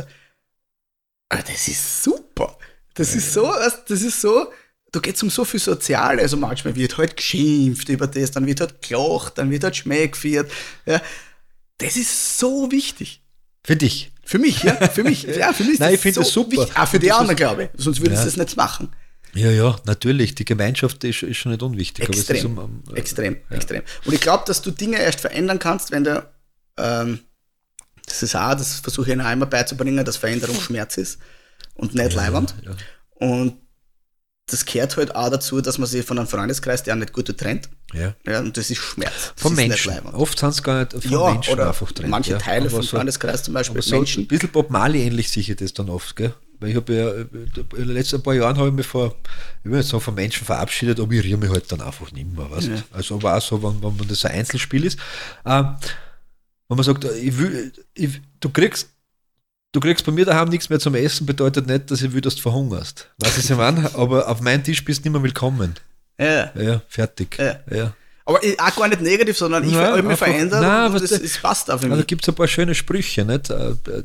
Aber das ist super. Das ist so, weißt, das ist so, da geht es um so viel Soziale. Also manchmal wird halt geschimpft über das, dann wird halt gelacht, dann wird halt Schmäh geführt. Ja. Das ist so wichtig. Für dich. Für mich, ja, für mich. Ja, für mich ist Nein, das ich finde so das super. wichtig. Auch für die Das ist- anderen, glaube ich. Sonst würden Ja. sie das nicht machen. Ja, ja, natürlich. Die Gemeinschaft ist, ist schon nicht unwichtig. Extrem, Aber es ist um, um, extrem, ja. extrem. Und ich glaube, dass du Dinge erst verändern kannst, wenn du, ähm, das ist auch, das versuche ich ihnen auch immer beizubringen, dass Veränderung Schmerz ist und nicht leiwand. Ja. Und das gehört halt auch dazu, dass man sich von einem Freundeskreis, der nicht gut trennt. Ja. Ja, und das ist Schmerz. Das Von ist Menschen. nicht leibend. Oft sind es gar nicht von Ja, Menschen oder einfach drin. manche ja. Teile Aber vom so, Freundeskreis zum Beispiel, aber so Menschen. ein bisschen Bob Marley ähnlich sicher das dann oft, gell? Weil ich habe ja, in den letzten paar Jahren habe ich mich vor, ich will nicht sagen, von Menschen verabschiedet, aber ich rühre mich halt dann einfach nicht mehr. Weißt? Ja. Also aber auch so, wenn, wenn man das ein Einzelspiel ist. Ähm, wenn man sagt, ich will, ich, du kriegst Du kriegst bei mir daheim nichts mehr zum Essen, bedeutet nicht, dass ich will, dass du verhungerst. Weißt du, was ich meine? Aber auf meinen Tisch bist du nicht mehr willkommen. Ja. Ja, fertig. Ja. Ja. Aber auch gar nicht negativ, sondern ich Ja, habe mich einfach- verändert Nein, und was das, der- das passt auch für Also mich. gibt es ein paar schöne Sprüche. Nicht? Äh, äh,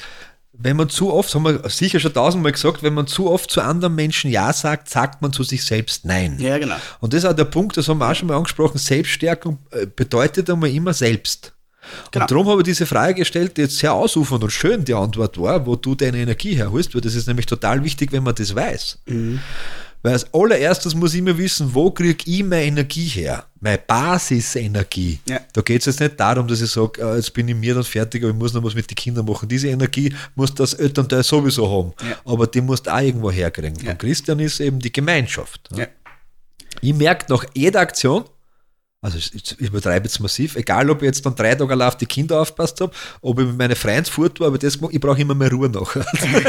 Wenn man zu oft, haben wir sicher schon tausendmal gesagt, wenn man zu oft zu anderen Menschen Ja sagt, sagt man zu sich selbst Nein. Ja, genau. Und das ist auch der Punkt, das haben wir auch schon mal angesprochen, Selbststärkung äh, bedeutet einmal immer selbst. Genau. Und darum habe ich diese Frage gestellt, die jetzt sehr ausufernd und schön die Antwort war, wo du deine Energie herholst, weil das ist nämlich total wichtig, wenn man das weiß. Mhm. Weil als allererstes muss ich immer wissen, wo kriege ich meine Energie her? Meine Basisenergie. Ja. Da geht es jetzt nicht darum, dass ich sage, äh, jetzt bin ich mir dann fertig, aber ich muss noch was mit den Kindern machen. Diese Energie muss das Elternteil sowieso haben. Ja. Aber die musst du auch irgendwo herkriegen. Ja. Und Christian ist eben die Gemeinschaft. Ja. Ich merke nach jeder Aktion, also ich übertreibe jetzt massiv, egal ob ich jetzt dann drei Tage allein auf die Kinder aufgepasst habe, ob ich mit meinen Freunde fort war, aber das, ich brauche immer mehr Ruhe nachher.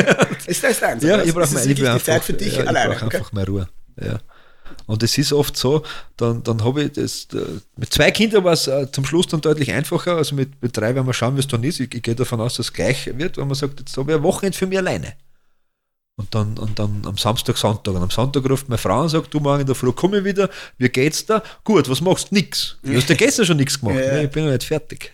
Ist das deins? Ja, oder? ich brauche Das ist mal, ich wirklich will die einfach, Zeit für dich ja, ich alleine. brauche Okay? einfach mehr Ruhe. Ja. Und es ist oft so, dann, dann habe ich das, da, mit zwei Kindern war es äh, zum Schluss dann deutlich einfacher, also mit, mit drei werden wir schauen, wie es dann ist. Ich, ich gehe davon aus, dass es gleich wird, wenn man sagt, jetzt habe ich ein Wochenende für mich alleine. Und dann, und dann am Samstag, Sonntag. Und am Sonntag ruft meine Frau und sagt, du, morgen in der Früh komme ich wieder, wie geht's da? Gut, was machst du? Nix. Du hast ja gestern schon nichts gemacht. Ja. Ja, ich bin noch nicht fertig.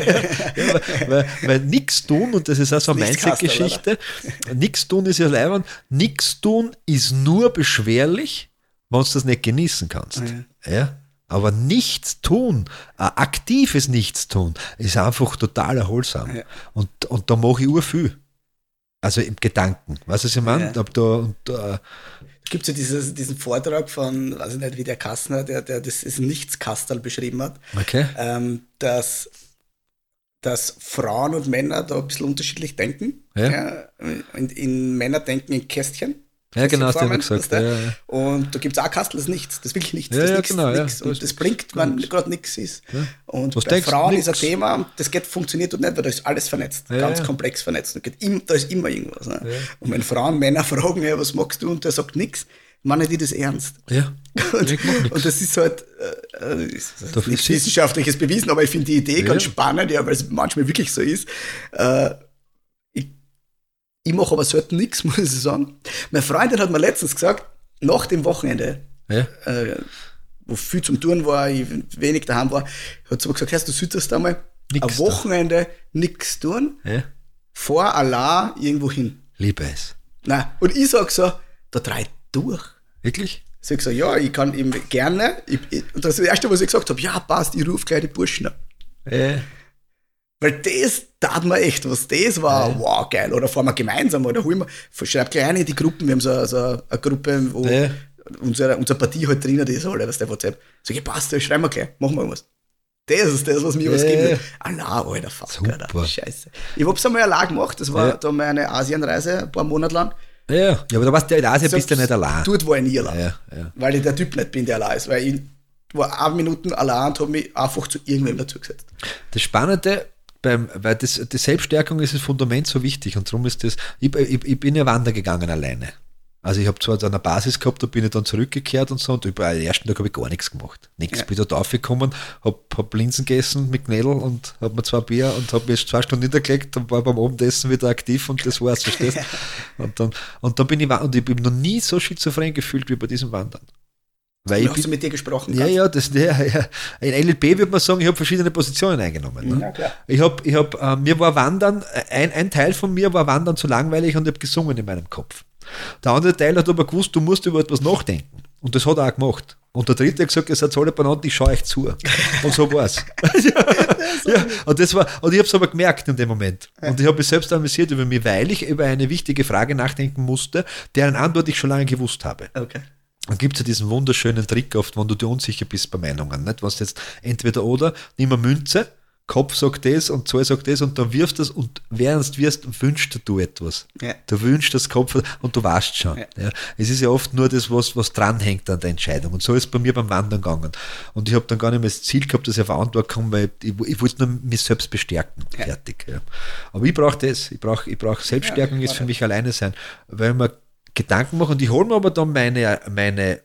ja, weil weil, weil nichts tun, und das ist auch so eine Nichts Mindset-Geschichte, nichts tun ist ja leibend, nichts tun ist nur beschwerlich, wenn du das nicht genießen kannst. Ja. Ja? Aber nichts tun, ein aktives Nichtstun, ist einfach total erholsam. Ja. Und, und da mache ich ur viel. Also im Gedanken. Weißt du, was ich meine? Ja. Ob da, und, äh, Da gibt es ja dieses, diesen Vortrag von, weiß ich nicht, wie der Kastner, der, der das ist Nichtskastel beschrieben hat, okay. ähm, dass, dass Frauen und Männer da ein bisschen unterschiedlich denken. Ja. in, in Männer denken in Kästchen. Ja, genau, hast du immer Kästchenformen, gesagt. weißt du? Ja, ja. Und da gibt es auch Kastel, das ist nichts, das ist wirklich nichts. Ja, das ja, nix, genau, ja. nix. Das Und ist das blinkt, wenn gerade nichts ist. Ja. Und Was bei denkst du? Frauen Nix. ist ein Thema, das geht, funktioniert dort nicht, weil da ist alles vernetzt, Ja, ganz ja. komplex vernetzt. Da, geht im, da ist immer irgendwas. Ne? Ja. Und wenn Frauen Männer fragen, ja, was magst du, und der sagt nichts, meinen die das ernst. Ja. Und, Ich mach nix. und das ist halt äh, äh, ist Dafür nichts ist- Wissenschaftliches bewiesen, aber ich finde die Idee Ja. ganz spannend, ja, weil es manchmal wirklich so ist. Äh, ich ich mache aber selten nichts, muss ich sagen. Meine Freundin hat mir letztens gesagt, nach dem Wochenende, Ja. äh, wo viel zum Tun war, ich wenig daheim war, hat sie mir gesagt, hörst du, solltest einmal Nix ein Wochenende nichts tun, Ja. fahr allein irgendwo hin. Liebe es. Nein. Und ich sag so, da drei durch. Wirklich? Sag ich so, ja, ich kann eben gerne. Ich, ich, und das ist das Erste, was ich gesagt habe, ja, passt, ich rufe gleich die Burschen an. Ja. Weil das tat mir echt was. Das war, Ja. wow, geil. Oder fahren wir gemeinsam oder holen wir, schreib gleich rein in die Gruppen. Wir haben so, so eine Gruppe, wo Ja. unsere, unsere Partie halt drinnen ist, alle, was der WhatsApp. Sag ich, passt, das schreiben wir gleich, machen wir was. Das ist das, was mir was Ja. geben will. Allah, alter, fuck, Super. Alter, scheiße. Ich hab's einmal allein gemacht, das war Ja. da meine Asienreise, ein paar Monate lang. Ja, ja, aber da warst du ja in Asien, bist du ja Selbst nicht allein. Dort war ich nie allein. Ja, ja. Weil ich der Typ nicht bin, der allein ist. Weil ich war eine Minute allein und habe mich einfach zu irgendwem dazugesetzt. Das Spannende, beim, weil das, die Selbststärkung ist das Fundament so wichtig und darum ist das, ich, ich, ich bin ja wandern gegangen alleine. Also ich habe zwar dann eine Basis gehabt, da bin ich dann zurückgekehrt und so und über den ersten Tag habe ich gar nichts gemacht. Nichts. Ja. Bin dort aufgekommen, habe hab Linsen gegessen mit Knädel und habe mir zwei Bier und habe mich zwei Stunden niedergelegt und war beim Abendessen wieder aktiv und das war's, verstehst du? Und dann, und dann bin ich, wa- und ich bin noch nie so schizophren gefühlt wie bei diesem Wandern. Weil ich Hast bin, du mit dir gesprochen? ja, ganz? ja, das, ja, ja. In L L P würde man sagen, ich habe verschiedene Positionen eingenommen. Ne? Ja, klar. Ich habe, ich hab, äh, mir war Wandern, ein, ein Teil von mir war Wandern zu langweilig und ich habe gesungen in meinem Kopf. Der andere Teil hat aber gewusst, du musst über etwas nachdenken. Und das hat er auch gemacht. Und der dritte hat gesagt, ihr seid alle beieinander, ich schaue euch zu. Und so war's. ja, und, das war, und ich habe es aber gemerkt in dem Moment. Und ich habe mich selbst amüsiert über mich, weil ich über eine wichtige Frage nachdenken musste, deren Antwort ich schon lange gewusst habe. Okay. Dann gibt es ja diesen wunderschönen Trick oft, wenn du dir unsicher bist bei Meinungen. Nicht? Wenn du jetzt entweder oder, nimm eine Münze, Kopf sagt das und Zahl sagt das und dann wirfst du das und während du wirst, wünschst du etwas. Ja. Du wünschst das Kopf und du weißt schon. Ja. Ja. Es ist ja oft nur das, was, was dranhängt an der Entscheidung. Und so ist es bei mir beim Wandern gegangen. Und ich habe dann gar nicht mehr das Ziel gehabt, dass ich auf eine Antwort komme, weil ich, ich wollte nur mich selbst bestärken. Ja. Fertig. Ja. Aber ich brauche das. Ich brauche ich brauch Selbststärkung, Ja, ist für mich alleine sein. Weil man Gedanken mache und ich hole mir aber dann meine, meine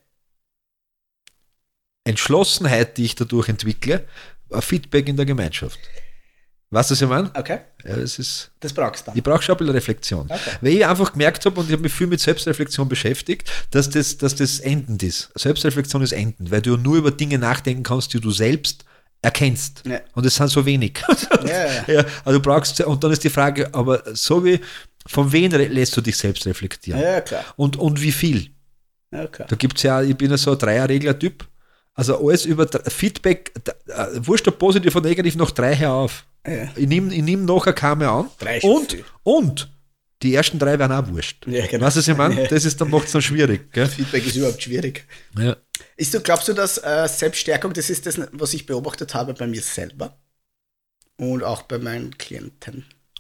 Entschlossenheit, die ich dadurch entwickle, ein Feedback in der Gemeinschaft. Weißt du, was ich meine? Okay. Ja, es ist, Das brauchst du dann. ich brauche schon ein bisschen Reflexion. Okay. Weil ich einfach gemerkt habe und ich habe mich viel mit Selbstreflexion beschäftigt, dass das, dass das endend ist. Selbstreflexion ist endend, weil du nur über Dinge nachdenken kannst, die du selbst erkennst. Ja. Und es sind so wenig. Ja, ja. Ja, also du brauchst, und dann ist die Frage, aber so wie, von wen lässt du dich selbst reflektieren? Ja, klar. Und, und wie viel? Ja, klar. Da gibt es ja, ich bin ja so ein Dreier-Regler-Typ. Also alles über Feedback, äh, wurscht ob positiv oder negativ, noch drei her auf. Ja. Ich nehme ich nehm nachher keine an. Drei ist schon Und, viel. und die ersten drei werden auch wurscht. Ja, genau. Weißt du, was ich meine? Ja. Das ist, dann macht es dann schwierig. Gell? Feedback ist überhaupt schwierig. Ja. Ist du, glaubst du, dass äh, Selbststärkung, das ist das, was ich beobachtet habe bei mir selber und auch bei meinen Klienten,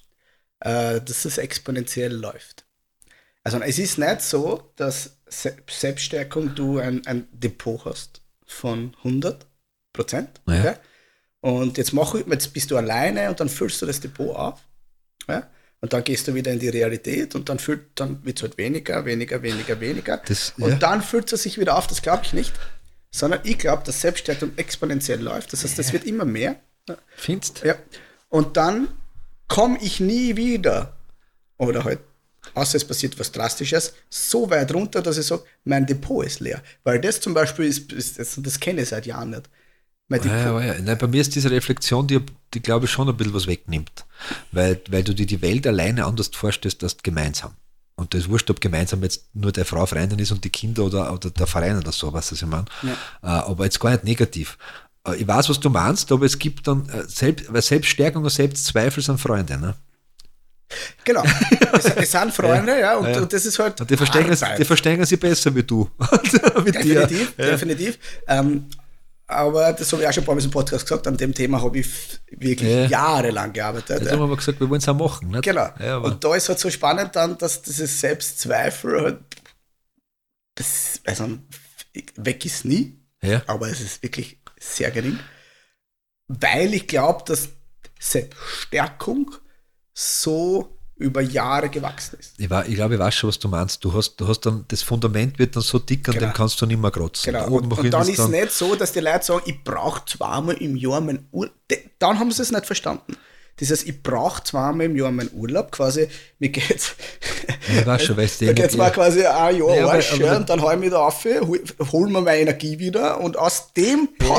äh, dass es exponentiell läuft. Also es ist nicht so, dass Se- Selbststärkung du ein, ein Depot hast von hundert Prozent. Ja. Okay? Und jetzt, mach, jetzt bist du alleine und dann füllst du das Depot auf. Ja? Und dann gehst du wieder in die Realität und dann, füllt, dann wird es halt weniger, weniger, weniger, weniger. Das, Und ja. dann füllt es sich wieder auf, das glaube ich nicht. Sondern ich glaube, dass Selbststärkung exponentiell läuft. Das heißt, das wird immer mehr. Findest? Ja. Und dann komme ich nie wieder, oder halt, außer es passiert was Drastisches, so weit runter, dass ich sage, mein Depot ist leer. Weil das zum Beispiel ist, ist das, das kenne ich seit Jahren nicht. Mein Depot. Ja, ja, ja. Nein, bei mir ist diese Reflexion, die, die glaube ich schon ein bisschen was wegnimmt. Weil, weil du dir die Welt alleine anders vorstellst, als gemeinsam. Und das ist wurscht, ob gemeinsam jetzt nur der Frau Freundin ist und die Kinder oder, oder der Verein oder so, was ich meine. Ja. Äh, aber jetzt gar nicht negativ. Äh, ich weiß, was du meinst, aber es gibt dann, äh, Selbst, weil Selbststärkung und Selbstzweifel sind Freunde. Ne? Genau. Es, es sind Freunde, ja, und, Ja. und das ist halt. Und die verstehen, Arbeit. die verstehen sie besser wie du. Mit Definitiv, dir. Ja. definitiv. Ähm, aber das habe ich auch schon ein paar Mal im Podcast gesagt, an dem Thema habe ich f- wirklich Ja. jahrelang gearbeitet. Jetzt Ja. haben wir mal gesagt, wir wollen es auch machen. Nicht? Genau. Ja, aber Und da ist halt so spannend dann, dass dieses Selbstzweifel halt das, also weg ist nie, ja. aber es ist wirklich sehr gering, weil ich glaube, dass Selbststärkung so über Jahre gewachsen ist. Ich, war, ich glaube, ich weiß schon, was du meinst. Du hast, du hast dann, das Fundament wird dann so dick, an Genau. dem kannst du nicht mehr kratzen. Genau. Da oben Und, noch und dann ist ist es nicht so, dass die Leute sagen, ich brauche zweimal im Jahr meinen Urlaub. Dann haben sie es nicht verstanden. Das heißt, ich brauche zweimal im Jahr meinen Urlaub. Quasi, mir geht's. Ja, ich weiß schon, weil es Da geht es mal quasi ein Jahr Ja, aber- Arsch, aber- ja, und dann hau ich mich da auf, hol, hol mir meine Energie wieder und aus dem Pot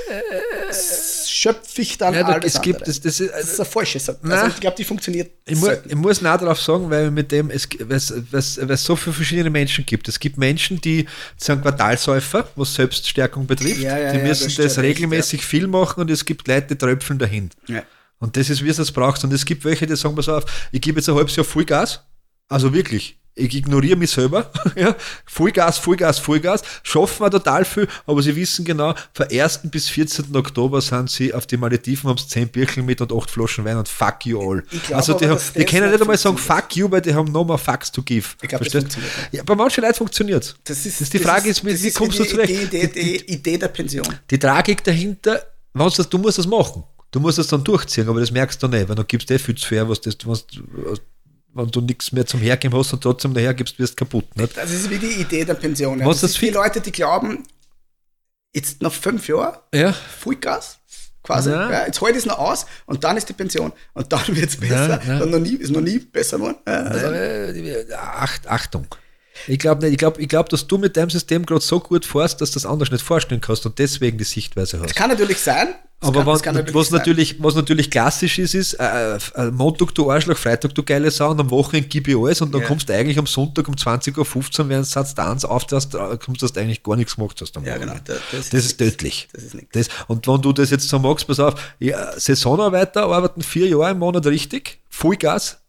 schöpfe ich dann Ja, da, alles es gibt, andere. das, das ist, Das ist eine falsche Sache. Nein. Also ich glaube, die funktioniert ich, mu selten. ich muss nah darauf sagen, weil mit dem es, es, es, es so viele verschiedene Menschen gibt. Es gibt Menschen, die sind Quartalsäufer, was Selbststärkung betrifft. Ja, ja, die ja, müssen das das, stimmt echt, regelmäßig viel machen und es gibt Leute, die tröpfeln dahin. Ja. Und das ist, wie es das braucht. Und es gibt welche, die sagen, pass auf, ich gebe jetzt ein halbes Jahr Vollgas. Also wirklich. Ich ignoriere mich selber. ja. Vollgas, Vollgas, Vollgas. Schaffen wir total viel, aber sie wissen genau, von ersten bis vierzehnten Oktober sind sie auf die Malediven, haben sie zehn Bierchen mit und acht Flaschen Wein und fuck you all. Ich glaub also die, aber, haben, dass die das können nicht nicht einmal sagen funktioniert. fuck you, weil die haben no more fucks to give. Ich glaube, das Verstehst? funktioniert nicht. Ja, bei manchen Leuten funktioniert es. Das ist, Das ist die Frage, ist, wie, das wie kommst du die, zurecht? Die Idee, Die- die, Idee der Pension. Die Tragik dahinter, wenn's das, du musst das machen. Du musst das dann durchziehen, aber das merkst du nicht, weil du gibst eh viel zu fair, was das, was, wenn du nichts mehr zum Hergeben hast und trotzdem daher gibst, wirst du kaputt. Nicht? Das ist wie die Idee der Pension. Ja. Was Das das sind die fick- Leute, die glauben, jetzt noch fünf Jahre, Ja. Vollgas, quasi. Ja. Ja, jetzt halte ich es noch aus und dann ist die Pension. Und dann wird es besser. ja. Dann noch nie, ist noch nie besser geworden. Ja, also, Äh, Acht, Achtung. Ich glaube nicht, ich glaube, ich glaub, dass du mit deinem System gerade so gut fährst, dass du das anders nicht vorstellen kannst und deswegen die Sichtweise hast. das kann natürlich sein. Das Aber kann, das wann, kann was, sein. natürlich, was natürlich klassisch ist, ist, äh, äh, Montag du Arschloch, Freitag du geile Sau und am Wochenende gib ich alles und dann Ja. kommst du eigentlich am Sonntag um zwanzig Uhr fünfzehn, während du Satz eins auftast, äh, kommst du, dass du eigentlich gar nichts gemacht hast am Ja, genau. Wochenende. Das, das, Das ist tödlich. Das ist nichts. Das, und wenn du das jetzt so magst, pass auf, ja, Saisonarbeiter arbeiten vier Jahre im Monat richtig, Vollgas,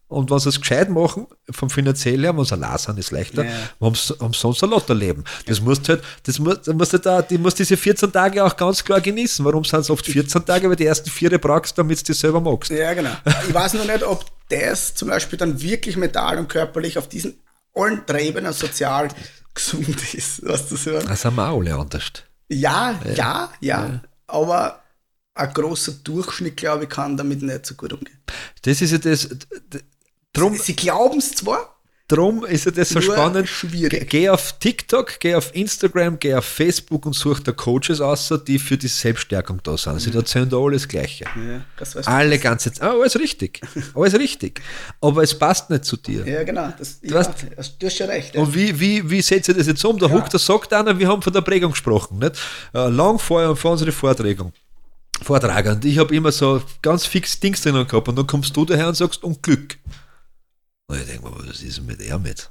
Und wenn sie es gescheit machen, vom finanziellen her, wenn sie allein sind, ist leichter, Ja. haben sie haben sie sonst ein Lotterleben. Das musst halt, das muss, da musst du da, die musst diese vierzehn Tage auch ganz klar genießen. Warum sind es oft vierzehn Tage? Weil die ersten vier brauchst, damit du das selber magst. Ja, genau. Ich weiß noch nicht, ob das zum Beispiel dann wirklich mental und körperlich auf diesen allen drei Ebenen sozial gesund ist. Weißt du so? Da sind wir auch alle anders. Ja, ja, ja, ja. Aber ein großer Durchschnitt, glaube ich, kann damit nicht so gut umgehen. Das ist ja das, d- drum, Sie glauben es zwar, drum ist ja das so Nur spannend. schwierig. Ge- Geh auf TikTok, geh auf Instagram, geh auf Facebook und such da Coaches aus, die für die Selbststärkung da sind. Sie erzählen da alles Gleiche. ja, das weiß Alle ganze Zeit. Ah, alles richtig. Alles richtig. Aber es passt nicht zu dir. Ja, genau. Das, ja, hast- das, du hast schon recht. Ja. Und wie, wie, wie setzt ihr das jetzt um? Der Huck, der sagt einer, wir haben von der Prägung gesprochen. Nicht? Äh, lang vorher vor unsere Vorträge. Vortrag. Und ich habe immer so ganz fix Dings drinnen gehabt. Und dann kommst du daher und sagst, und Glück. Und ich denke mir, was ist denn mit er mit?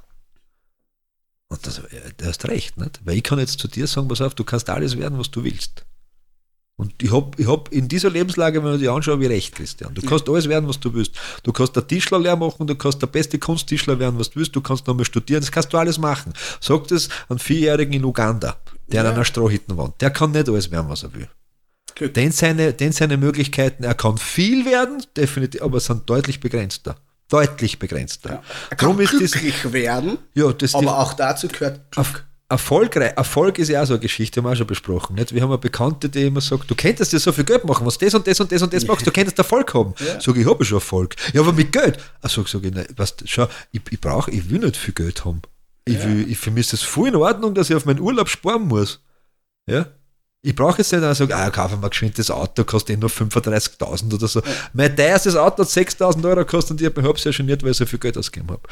Und das, du hast recht, nicht? Weil ich kann jetzt zu dir sagen, pass auf, du kannst alles werden, was du willst. Und ich habe ich hab in dieser Lebenslage, wenn ich dir anschaue, wie recht, Christian. Du kannst alles werden, was du willst. Du kannst der Tischlerlehrer machen, du kannst der beste Kunsttischler werden, was du willst, du kannst nochmal studieren, das kannst du alles machen. Sag das einem Vierjährigen in Uganda, der Ja. an einer Strohhütte wohnt. Der kann nicht alles werden, was er will. Glück. Den seine, den seine Möglichkeiten, er kann viel werden, definitiv, aber sind deutlich begrenzter. Deutlich begrenzter. Ja. Er kann Drum ist das, glücklich werden, ja, das aber die, auch dazu gehört Glück. Erfolgreich, Erfolg ist ja auch so eine Geschichte, haben wir auch schon besprochen. Nicht? Wir haben eine Bekannte, die immer sagt, du könntest dir so viel Geld machen, was das und das und das und das machst, du könntest Erfolg haben. Ja. Sag ich, ich habe schon Erfolg. Ja, aber mit Geld. Ach, sag, sag ich, nein, weißt, schau, ich, ich brauche, ich will nicht viel Geld haben. Ich Ja. will, ich, für mich ist das voll in Ordnung, dass ich auf meinen Urlaub sparen muss. Ja? Ich brauche jetzt nicht, dass ich sage, ah, kaufe mir geschwind das Auto, kostet eh nur fünfunddreißigtausend oder so. Mein teuerstes Auto hat sechstausend Euro gekostet und ich habe mich ja schon nicht, weil ich so viel Geld ausgegeben habe.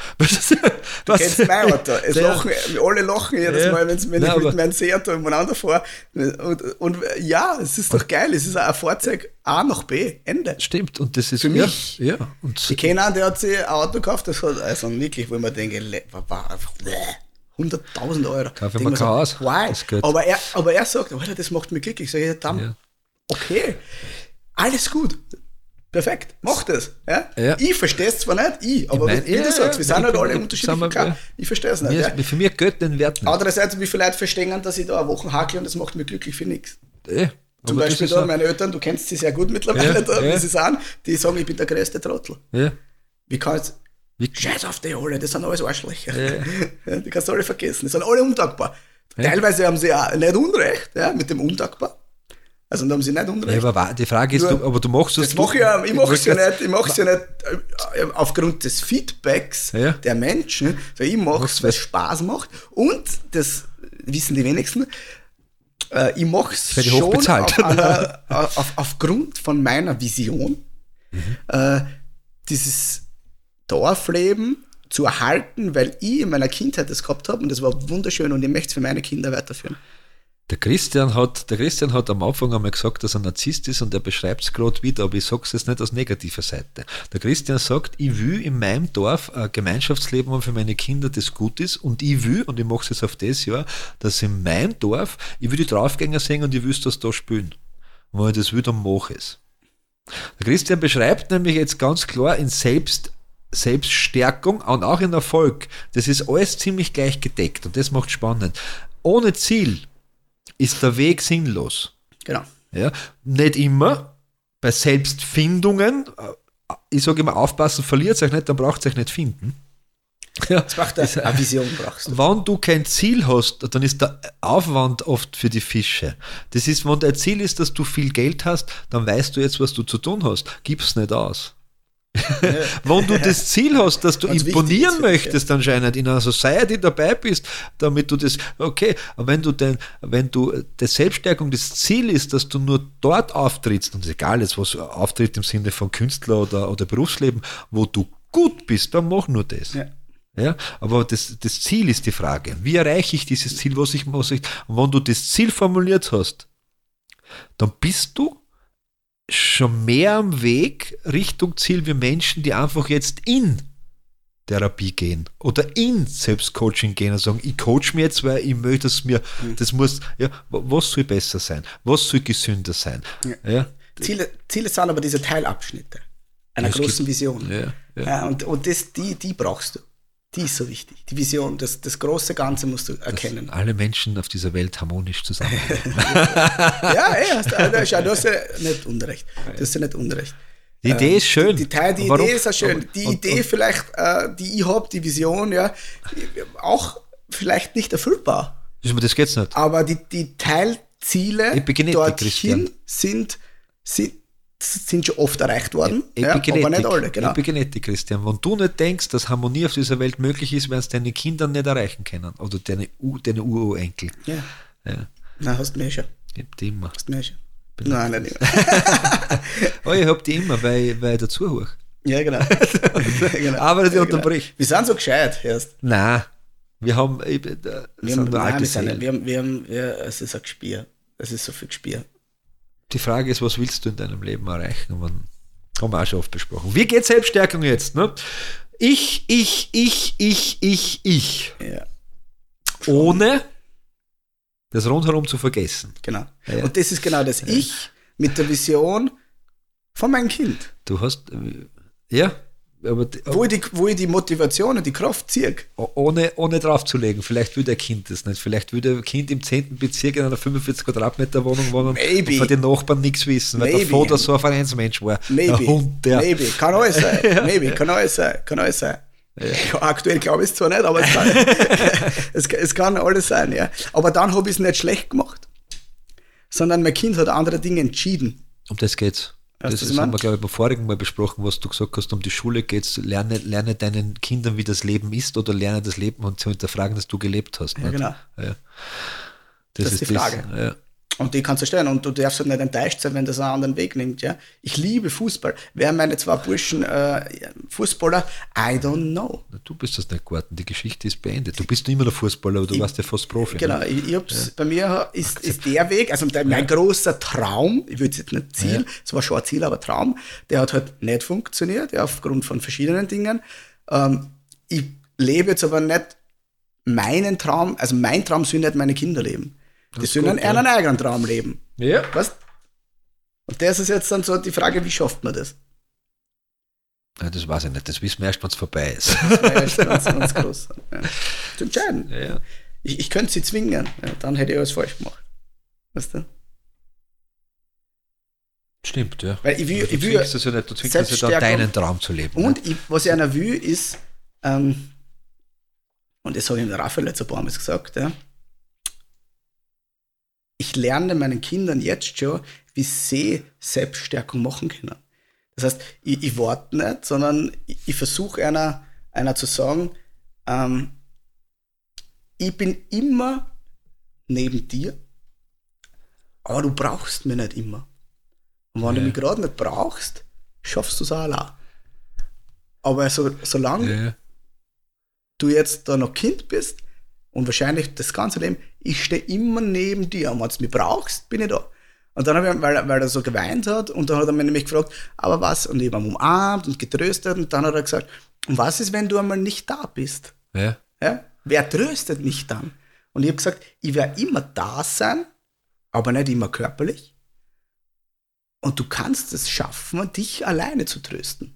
Du kennst mein Auto. Es Der- lachen, alle lachen jedes Ja. Mal, wenn's, wenn Nein, ich mit aber- meinem Seat umeinander fahre. Und, und ja, es ist doch geil. Es ist ein Fahrzeug A nach B. Ende. Stimmt, und das ist Für mich. Ja, ja. Und Ich kenne einen, der hat sich ein Auto gekauft, das hat also wirklich, wo ich mir denke, le- war einfach hunderttausend Euro. Kauf ich Denk mir mir kein Haus. Why? Das geht. Aber er, aber er sagt, Alter, das macht mich glücklich. Sag ich, dann, Ja. okay, alles gut. Perfekt, mach das. Ja? Ja. Ich verstehe es zwar nicht, ich, aber mein, wie ja, du sagst, wir ja, sind halt ich- alle ich- unterschiedlich. sind wir- Klar, ja. ich verstehe es nicht. mir Ja? ist, für mich Geld den Wert nicht. Andererseits, wie viele Leute verstehen, dass ich da eine Woche hakle und das macht mich glücklich für nichts. Eh, Zum aber das Beispiel ist da auch- meine Eltern, du kennst sie sehr gut mittlerweile, Ja, da, ja. wie sie sind, die sagen, ich bin der größte Trottel. Ja. Wie kann jetzt, Wie- scheiß auf die alle, das sind alles Arschlöcher. Ja. Ja, die kannst du alle vergessen, die sind alle undankbar. Teilweise haben sie ja nicht Unrecht, ja, mit dem undankbar. Also da haben sie nicht Unrecht. Ja, aber wa- die Frage ist, Nur- du, aber du machst es. Das mache ich ja, ich mache es ja wollte nicht, ich mache es ja nicht äh, aufgrund des Feedbacks Ja. der Menschen, weil ich mache es, weil es Spaß macht und das wissen die wenigsten, äh, ich mache es Werde ich schon hochbezahlt. auf einer, auf, aufgrund von meiner Vision, Mhm. äh, dieses Dorfleben zu erhalten, weil ich in meiner Kindheit das gehabt habe und das war wunderschön und ich möchte es für meine Kinder weiterführen. Der Christian hat, der Christian hat am Anfang einmal gesagt, dass er Narzisst ist und er beschreibt es gerade wieder, aber ich sage es jetzt nicht aus negativer Seite. Der Christian sagt, ich will in meinem Dorf ein Gemeinschaftsleben haben für meine Kinder, das gut ist und ich will, und ich mache es jetzt auf das Jahr, dass in meinem Dorf, ich will die Draufgänger sehen und ich will das da spielen. Und wenn ich das will, dann mache ich es. Der Christian beschreibt nämlich jetzt ganz klar in Selbst, Selbststärkung und auch in Erfolg. Das ist alles ziemlich gleich gedeckt und das macht spannend. Ohne Ziel ist der Weg sinnlos. Genau. Ja? Nicht immer. Bei Selbstfindungen, äh, ich sage immer, aufpassen, verliert euch nicht, dann braucht ihr euch nicht finden. Ja. Das braucht eine, eine Vision, brauchst du. Wenn du kein Ziel hast, dann ist der Aufwand oft für die Fische. Das ist, wenn dein Ziel ist, dass du viel Geld hast, dann weißt du jetzt, was du zu tun hast. Gib's nicht aus. Wenn du das Ziel hast, dass du Ganz imponieren wichtig ist für dich, möchtest anscheinend, in einer Society dabei bist, damit du das, okay, aber wenn du denn, wenn du die Selbststärkung das Ziel ist, dass du nur dort auftrittst, und egal ist, was auftritt im Sinne von Künstler oder, oder Berufsleben, wo du gut bist, dann mach nur das. Ja. Ja, aber das, das Ziel ist die Frage. Wie erreiche ich dieses Ziel, was ich, was ich, und wenn du das Ziel formuliert hast, dann bist du schon mehr am Weg Richtung Ziel wie Menschen, die einfach jetzt in Therapie gehen oder in Selbstcoaching gehen und sagen, ich coach mir jetzt, weil ich möchte es mir, Mhm. das muss, ja, was soll besser sein? Was soll gesünder sein? Ja. Ja. Ziele, Ziele sind aber diese Teilabschnitte. einer Es großen gibt- Vision. Ja, ja. Ja, und und das, die, die brauchst du. Die ist so wichtig. Die Vision, das, das große Ganze musst du erkennen. Alle Menschen auf dieser Welt harmonisch zusammenleben. Ja, ey, hast, du, schau, du hast ja nicht Unrecht. Du hast ja nicht Unrecht. Die Idee Ähm, ist schön. Die, die, Teil, die Warum? Idee ist auch schön. Aber- Die und- Idee und- vielleicht, äh, die ich habe, die Vision, ja, auch vielleicht nicht erfüllbar. Das geht's nicht. Aber die, die Teilziele Epigenetik, dorthin Christian. sind, sind, sind schon oft erreicht worden. Ja, Epigenetik, aber nicht alle, genau. Epigenetik, Christian. Wenn du nicht denkst, dass Harmonie auf dieser Welt möglich ist, werden es deine Kinder nicht erreichen können. Oder deine, U- deine Urenkel. Ja. Ja, Nein, hast du mir schon. gibt die immer. Hast du mir schon. Nein, nein, nicht mehr. Oh, ich hab die immer, weil, weil ich dazu hoch. Ja, genau. genau. Aber das ja, unterbricht. Wir sind so gescheit erst. Nein, wir haben, ich, äh, das Wir sind haben, nur nein, alte wir, sind, Seelen. wir haben, wir haben, ja, es ist ein Gespier. Es ist so viel Gespier. Die Frage ist, was willst du in deinem Leben erreichen? Und man, haben wir auch schon oft besprochen. Wie geht Selbststärkung jetzt? Ne? Ich, ich, ich, ich, ich, ich. Ja, Ohne das rundherum zu vergessen. genau. Ja. Und das ist genau das Ich mit der Vision von meinem Kind. Du hast, äh, ja, aber die- Wo ich die, wo ich die Motivation und die Kraft ziehe. ohne, ohne draufzulegen. Vielleicht will der Kind das nicht. Vielleicht will der Kind im zehnten Bezirk in einer fünfundvierzig Quadratmeter Wohnung wohnen Maybe. und von den Nachbarn nichts wissen, weil Maybe. der Vater so ein Vereinsmensch war. Maybe. Ein Hund, der. Maybe. Kann alles sein. Maybe. Kann alles sein. Kann alles sein. Ja, aktuell glaube ich es zwar nicht, aber es kann, es, es kann alles sein. Ja. Aber dann habe ich es nicht schlecht gemacht, sondern mein Kind hat andere Dinge entschieden. Um das geht's. Weißt Das du, was ist, ich haben mein? wir, glaube ich, beim vorigen Mal besprochen, was du gesagt hast, um die Schule geht's. Lerne, lerne deinen Kindern, wie das Leben ist, oder lerne das Leben und zu hinterfragen, dass du gelebt hast. Ja, nicht? genau. Ja. Das ist die Frage. Ja. Und die kannst du stellen. Und du darfst halt nicht enttäuscht sein, wenn das einen anderen Weg nimmt. Ja? Ich liebe Fußball. Wer meine zwei Burschen äh, Fußballer? I don't know. Du bist das nicht geworden, die Geschichte ist beendet. Du bist immer noch Fußballer, aber du Ich- warst ja fast Profi. Genau, Ne? ich, ich hab's, bei mir ist, ist der Weg, also der, mein großer Traum, ich würde es jetzt nicht Ziel, es war schon ein Ziel, aber Traum, der hat halt nicht funktioniert, ja, aufgrund von verschiedenen Dingen. Ähm, ich lebe jetzt aber nicht meinen Traum, also mein Traum soll nicht meine Kinder leben. Die ist sollen gut, einen, ja. einen eigenen Traum leben. Ja. Weißt? Und das ist jetzt dann so die Frage, wie schafft man das? Ja, das weiß ich nicht, das wissen wir erst, wenn es vorbei ist. Das wäre echt ganz, ganz groß. Ja. Zu entscheiden. Ja, ja. Ich, ich könnte sie zwingen, ja, dann hätte ich alles falsch gemacht. Weißt du? Stimmt, ja. Weil ich will- Aber du ich will zwingst das ja nicht, du zwingst das ja dann, Selbststärkung. deinen Traum zu leben. Und ne? ich, was ich einer will, ist, ähm, und das habe ich dem Raphael jetzt ein paar Mal gesagt, ja, ich lerne meinen Kindern jetzt schon, wie sie Selbststärkung machen können. Das heißt, ich, ich warte nicht, sondern ich, ich versuche einer, einer zu sagen, ähm, ich bin immer neben dir, aber du brauchst mich nicht immer. Und wenn Ja. du mich gerade nicht brauchst, schaffst du es auch allein. Aber so, solange Ja, ja. du jetzt da noch Kind bist und wahrscheinlich das ganze Leben, ich stehe immer neben dir und wenn du mich brauchst, bin ich da. Und dann habe ich, weil, weil er so geweint hat und dann hat er mich nämlich gefragt, aber was? Und ich habe ihn umarmt und getröstet und dann hat er gesagt, und was ist, wenn du einmal nicht da bist? Ja. Ja? Wer tröstet mich dann? Und ich habe gesagt, ich werde immer da sein, aber nicht immer körperlich. Und du kannst es schaffen, dich alleine zu trösten.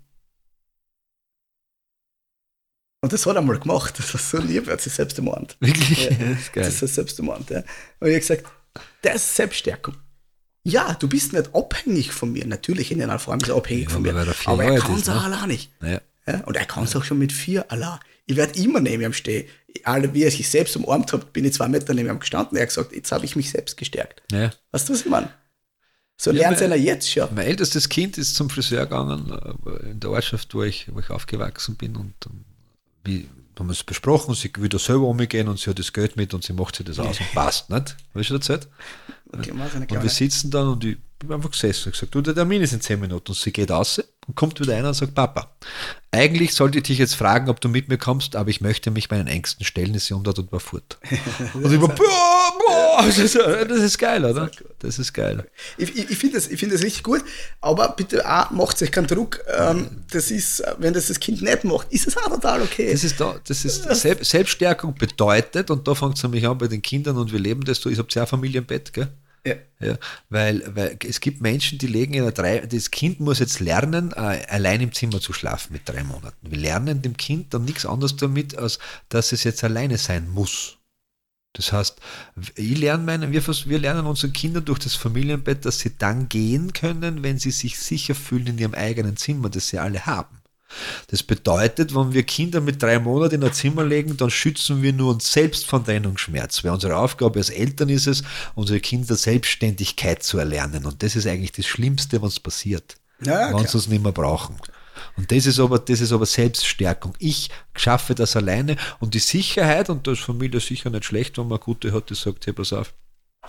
Und das hat er mal gemacht. Das war so lieb, er hat sich selbst ermordet. Wirklich? Ja, Ja, das ist geil. Das ist er selbst ermordet. Ja. Und ich habe gesagt, das ist Selbststärkung. Ja, du bist nicht abhängig von mir. Natürlich, in einer Form ist er abhängig Ja, von aber mir. weil er vier Aber er Jahre kann ist, es auch ne? allein nicht. Ja. Ja, und er kann es auch schon mit vier allein. Ich werde immer neben ihm stehen. Alle, wie er sich selbst umarmt hat, bin ich zwei Meter neben ihm gestanden. Er hat gesagt, jetzt habe ich mich selbst gestärkt. Ja. Weißt du, was ich meine? So Ja, lernt es mein- einer jetzt schon. Mein ältestes Kind ist zum Friseur gegangen, äh, in der Ortschaft, wo ich, wo ich aufgewachsen bin. Und dann wie, haben wir es besprochen, sie will da selber umgehen und sie hat das Geld mit und sie macht sich das aus und passt, nicht? Habe ich schon erzählt? Okay, mach eine Und kleine- wir sitzen dann und ich bin einfach gesessen und gesagt, du, der Termin ist in zehn Minuten. Und sie geht raus und kommt wieder einer und sagt, Papa, eigentlich sollte ich dich jetzt fragen, ob du mit mir kommst, aber ich möchte mich meinen Ängsten stellen, ist sie um dort und war fort. Und ich war, boah, boah, das ist, das ist geil, oder? Das ist geil. Ich, ich, ich finde das, ich find das richtig gut, aber bitte auch, macht euch keinen Druck. Ähm, das ist, wenn das das Kind nicht macht, ist es auch total okay. Das ist, da, das ist Selb, Selbststärkung bedeutet, und da fängt es nämlich an bei den Kindern und wir leben das, du, ihr habt ja auch Familie im Bett, gell? Ja. Ja, weil, weil es gibt Menschen, die legen in der drei, das Kind muss jetzt lernen, äh, allein im Zimmer zu schlafen mit drei Monaten. Wir lernen dem Kind dann nichts anderes damit, als dass es jetzt alleine sein muss. Das heißt, ich lerne meine, wir, wir lernen unseren Kindern durch das Familienbett, dass sie dann gehen können, wenn sie sich sicher fühlen in ihrem eigenen Zimmer, das sie alle haben. Das bedeutet, wenn wir Kinder mit drei Monaten in ein Zimmer legen, dann schützen wir nur uns selbst von Trennungsschmerz, weil unsere Aufgabe als Eltern ist es, unsere Kinder Selbstständigkeit zu erlernen. Und das ist eigentlich das Schlimmste, was passiert, ja, wenn sie es nicht mehr brauchen. Und das ist aber, das ist aber Selbststärkung. Ich schaffe das alleine und die Sicherheit, und das ist Familie sicher nicht schlecht, wenn man eine gute hat, die sagt, hey, pass auf,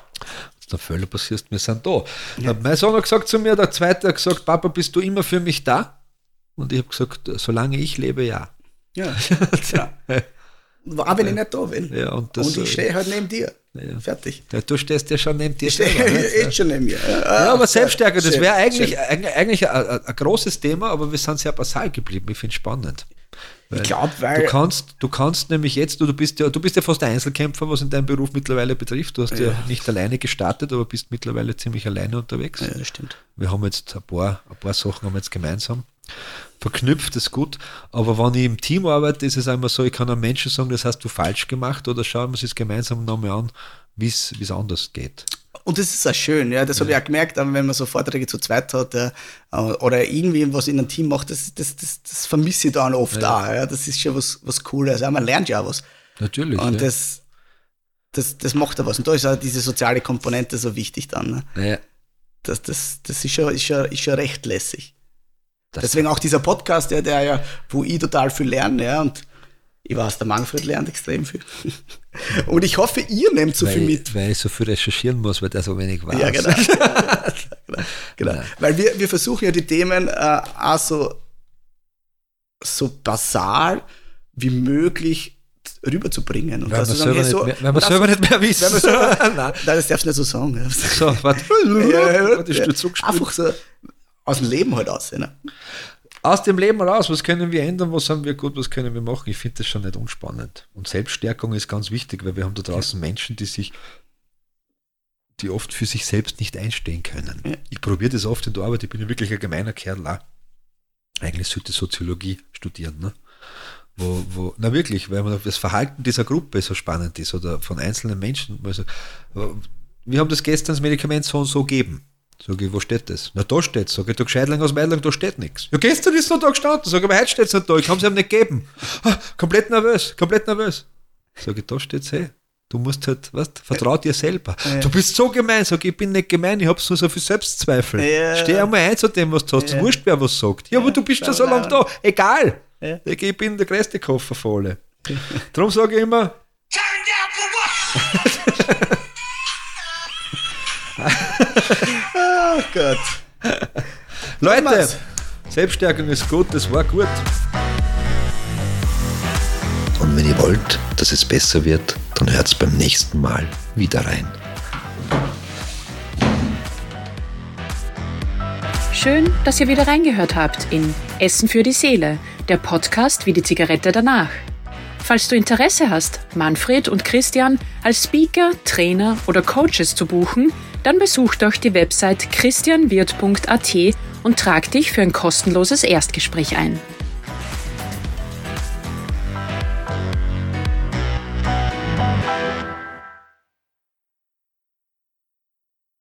was der Fehler passiert, wir sind da. Ja. Mein Sohn hat gesagt zu mir, der Zweite hat gesagt, Papa, bist du immer für mich da? Und ich habe gesagt, solange ich lebe, ja. Ja, ja. Auch wenn ich nicht da bin. Ja, und, das, und ich stehe halt neben dir. Ja. Fertig. Ja, du stehst ja schon neben dir. Ich stehe jetzt schon neben mir. Ja, aber Selbststärke, das wäre eigentlich, eigentlich ein, ein großes Thema, aber wir sind sehr basal geblieben. Ich finde es spannend. Ich glaube, weil. Du kannst, du kannst nämlich jetzt, du, du, bist ja, du bist ja fast ein Einzelkämpfer, was in deinem Beruf mittlerweile betrifft. Du hast ja, ja nicht alleine gestartet, aber bist mittlerweile ziemlich alleine unterwegs. Ja, das stimmt. Wir haben jetzt ein paar, ein paar Sachen haben wir jetzt gemeinsam verknüpft, ist gut. Aber wenn ich im Team arbeite, ist es einmal so, ich kann einem Menschen sagen, das hast du falsch gemacht, oder schauen wir uns es gemeinsam nochmal an, wie es anders geht. Und das ist auch schön, ja, das ja. habe ich auch gemerkt, wenn man so Vorträge zu zweit hat äh, oder irgendwie was in einem Team macht, das, das, das, das vermisse ich dann oft ja. auch. Ja. Das ist schon was, was Cooles. Ja, man lernt ja auch was. Natürlich. Und ja. das, das, das macht ja was. Und da ist auch diese soziale Komponente so wichtig dann. Ne? Ja. Das, das, das ist, schon, ist, schon, ist schon recht lässig. Das Deswegen auch dieser Podcast, der, der ja, wo ich total viel lerne, ja, und ich weiß, der Manfred lernt extrem viel. Und ich hoffe, ihr nehmt so weil, viel mit. Weil ich so viel recherchieren muss, weil der so wenig weiß. Ja, genau. genau, genau. Ja. Weil wir, wir versuchen ja die Themen äh, auch so, so basal wie möglich rüberzubringen. Und wenn wir sagen, selber, hey, so, nicht, mehr, wenn wir selber nicht mehr wissen. Wenn wir selber, nein, das darfst du nicht so sagen. So, warte. ja, ja, warte, ja, ja. einfach so aus dem Leben halt aus. Ne? Aus dem Leben raus, was können wir ändern, was haben wir gut, was können wir machen? Ich finde das schon nicht unspannend. Und Selbststärkung ist ganz wichtig, weil wir haben da draußen ja. Menschen, die sich, die oft für sich selbst nicht einstehen können. Ja. Ich probiere das oft in der Arbeit, ich bin ja wirklich ein gemeiner Kerl. Auch. Eigentlich sollte Soziologie studieren, ne? Wo, wo, na wirklich, weil man das Verhalten dieser Gruppe so spannend ist oder von einzelnen Menschen. Also, wir haben das gestern das Medikament so und so gegeben. Sag ich, wo steht das? Na, da steht es. Sag ich, du Gescheitling aus Meidling, da steht nichts. Ja, gestern ist es noch da gestanden. Sag ich, aber heute steht es nicht da. Ich kann es ihm nicht geben. Ah, komplett nervös, komplett nervös. Sag ich, da steht es, hey. Du musst halt, weißt, vertrau dir selber. Ja. Du bist so gemein. Sag ich, ich bin nicht gemein, ich habe nur so viel Selbstzweifel. Ja. Steh einmal ein zu dem, was du hast. Ja. Wurscht, wer was sagt. Ja, ja, aber du bist ja so lange da. Egal. Ja. Ich bin der größte Koffer voll. Darum sage ich immer, turn down for what? Oh Gott. Leute, Selbststärkung ist gut, das war gut. Und wenn ihr wollt, dass es besser wird, dann hört's beim nächsten Mal wieder rein. Schön, dass ihr wieder reingehört habt in Essen für die Seele, der Podcast wie die Zigarette danach. Falls du Interesse hast, Manfred und Christian als Speaker, Trainer oder Coaches zu buchen, dann besuch doch die Website christianwirt punkt at und trag dich für ein kostenloses Erstgespräch ein.